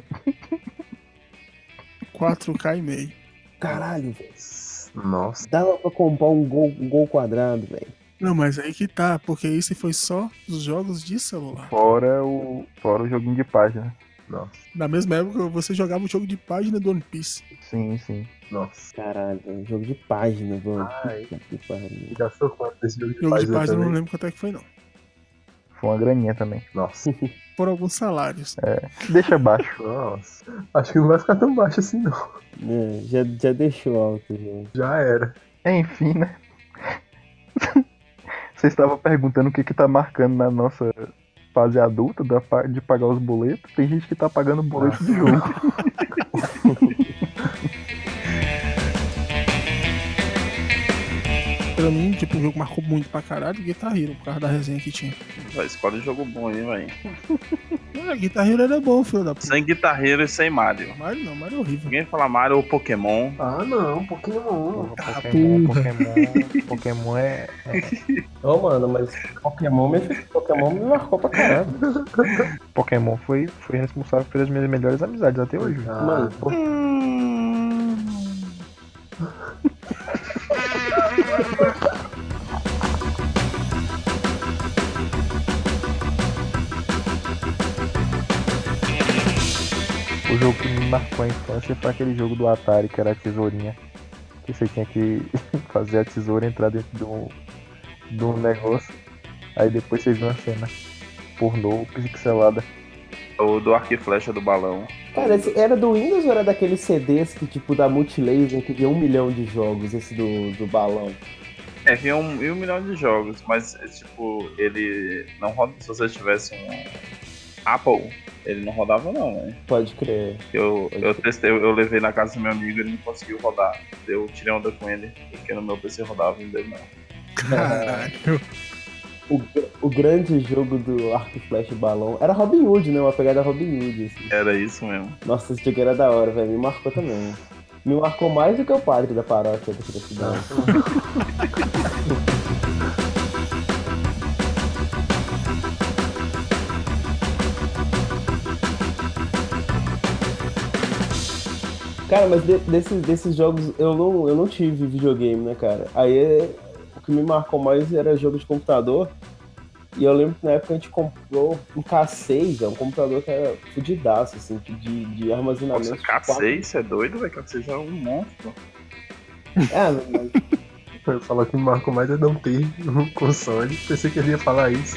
quatro K e meio. Caralho, velho. Nossa. Dava pra comprar um gol, um gol quadrado, velho. Não, mas aí que tá, porque isso foi só dos jogos de celular. Fora o, fora o joguinho de página. Nossa. Na mesma época, você jogava o jogo de página do One Piece. Sim, sim. Nossa. Caralho, velho. Jogo de página, mano. Ai. Puta que pariu. Gastou quanto desse jogo de Jogo de página página eu não também? lembro quanto é que foi, não. Foi uma graninha também. Nossa. Por alguns salários. Deixa baixo. Nossa. Acho que não vai ficar tão baixo assim, não. É, já, já deixou alto, já. Já era. Enfim, né? Você estava perguntando o que que tá marcando na nossa fase adulta da pa- de pagar os boletos. Tem gente que tá pagando boleto de jogo. Pra mim, tipo, o jogo marcou muito pra caralho Guitar Hero, por causa da resenha que tinha. Vai, escolhe um jogo bom aí, velho. Ah, Guitar Hero era bom, filho da puta. Sem guitarreiro e sem Mario. Mario não, Mario é horrível. Ninguém fala Mario ou Pokémon. Ah, não. Pokémon. Porra, Pokémon, Pokémon, Pokémon é. Ô, mano, mas Pokémon me, Pokémon me marcou pra caralho. Pokémon foi, foi responsável pelas minhas melhores amizades até hoje. Ah, Mano, pô, O jogo que me marcou a infância foi aquele jogo do Atari, que era a tesourinha. Que você tinha que fazer a tesoura entrar dentro de um, de um negócio. Aí depois você viu uma cena pornô pixelada. O do arco e flecha do balão. Cara, esse era do Windows ou era daqueles C Ds que, tipo, da Multilaser, que vinha um milhão de jogos, esse do, do balão? É, vinha um, um milhão de jogos, mas, é, tipo, ele não roda. Se você tivesse um Apple, ele não rodava, não, né? Pode crer. Eu, Pode eu crer. testei, eu, eu levei na casa do meu amigo e ele não conseguiu rodar. Eu tirei onda com ele, porque no meu P C rodava, não deu não. Caralho. O, o grande jogo do arco e flecha e balão era Robin Hood, né? Uma pegada Robin Hood, assim. Era isso mesmo. Nossa, esse jogo era da hora, velho. Me marcou também. Me marcou mais do que o padre da paróquia daqui da cidade. Cara, mas de- desses, desses jogos eu não, eu não tive videogame, né, cara? Aí é- o que me marcou mais era jogo de computador. E eu lembro que na época a gente comprou um K seis, é um computador que era fudidaço, assim, de, de armazenamento. Nossa, de K seis, quatro- você é doido, velho? K seis é um monstro. É, mas Eu falar que me marcou mais é não ter um console. Pensei que ele ia falar isso.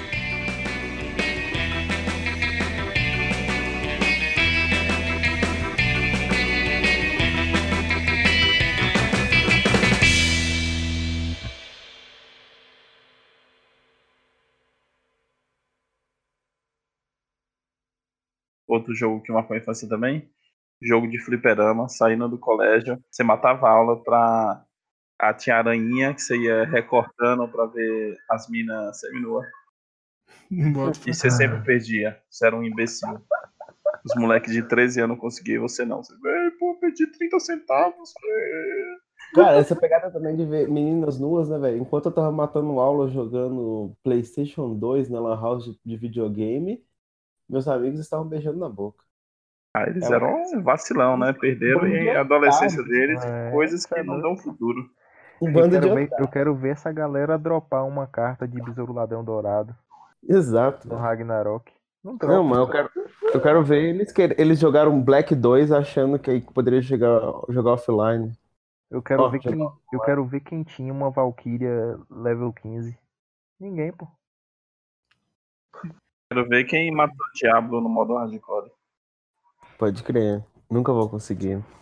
Outro jogo que marcou a infância também, jogo de fliperama, saindo do colégio, você matava a aula pra... Ah, tinha aranhinha que você ia recortando pra ver as minas seminuas. Não boto E fé. você sempre perdia. Você era um imbecil. Os moleques de treze anos conseguiam e você não. Você, "Ei, pô, perdi trinta centavos. véi." cara, essa pegada também de ver meninas nuas, né, velho? Enquanto eu tava matando aula jogando PlayStation dois na Lan House de, de videogame, meus amigos estavam beijando na boca. Ah, eles É uma eram um vacilão, né? Perderam bando de em adolescência otário. deles É, coisas cê é que não doido. dão futuro. Um Eu bando de quero ver, otário. eu quero ver essa galera dropar uma carta de Besouro Ladrão Dourado Exato. no velho. Ragnarok. Não Não, dropa. mas eu quero, eu quero ver eles que eles jogaram Black dois achando que aí poderia jogar, jogar offline. Eu quero Ó, ver já- quem, eu quero ver quem tinha uma Valkyria level quinze. Ninguém, pô. Quero ver quem matou o Diablo no modo hardcore. Pode crer. Nunca vou conseguir.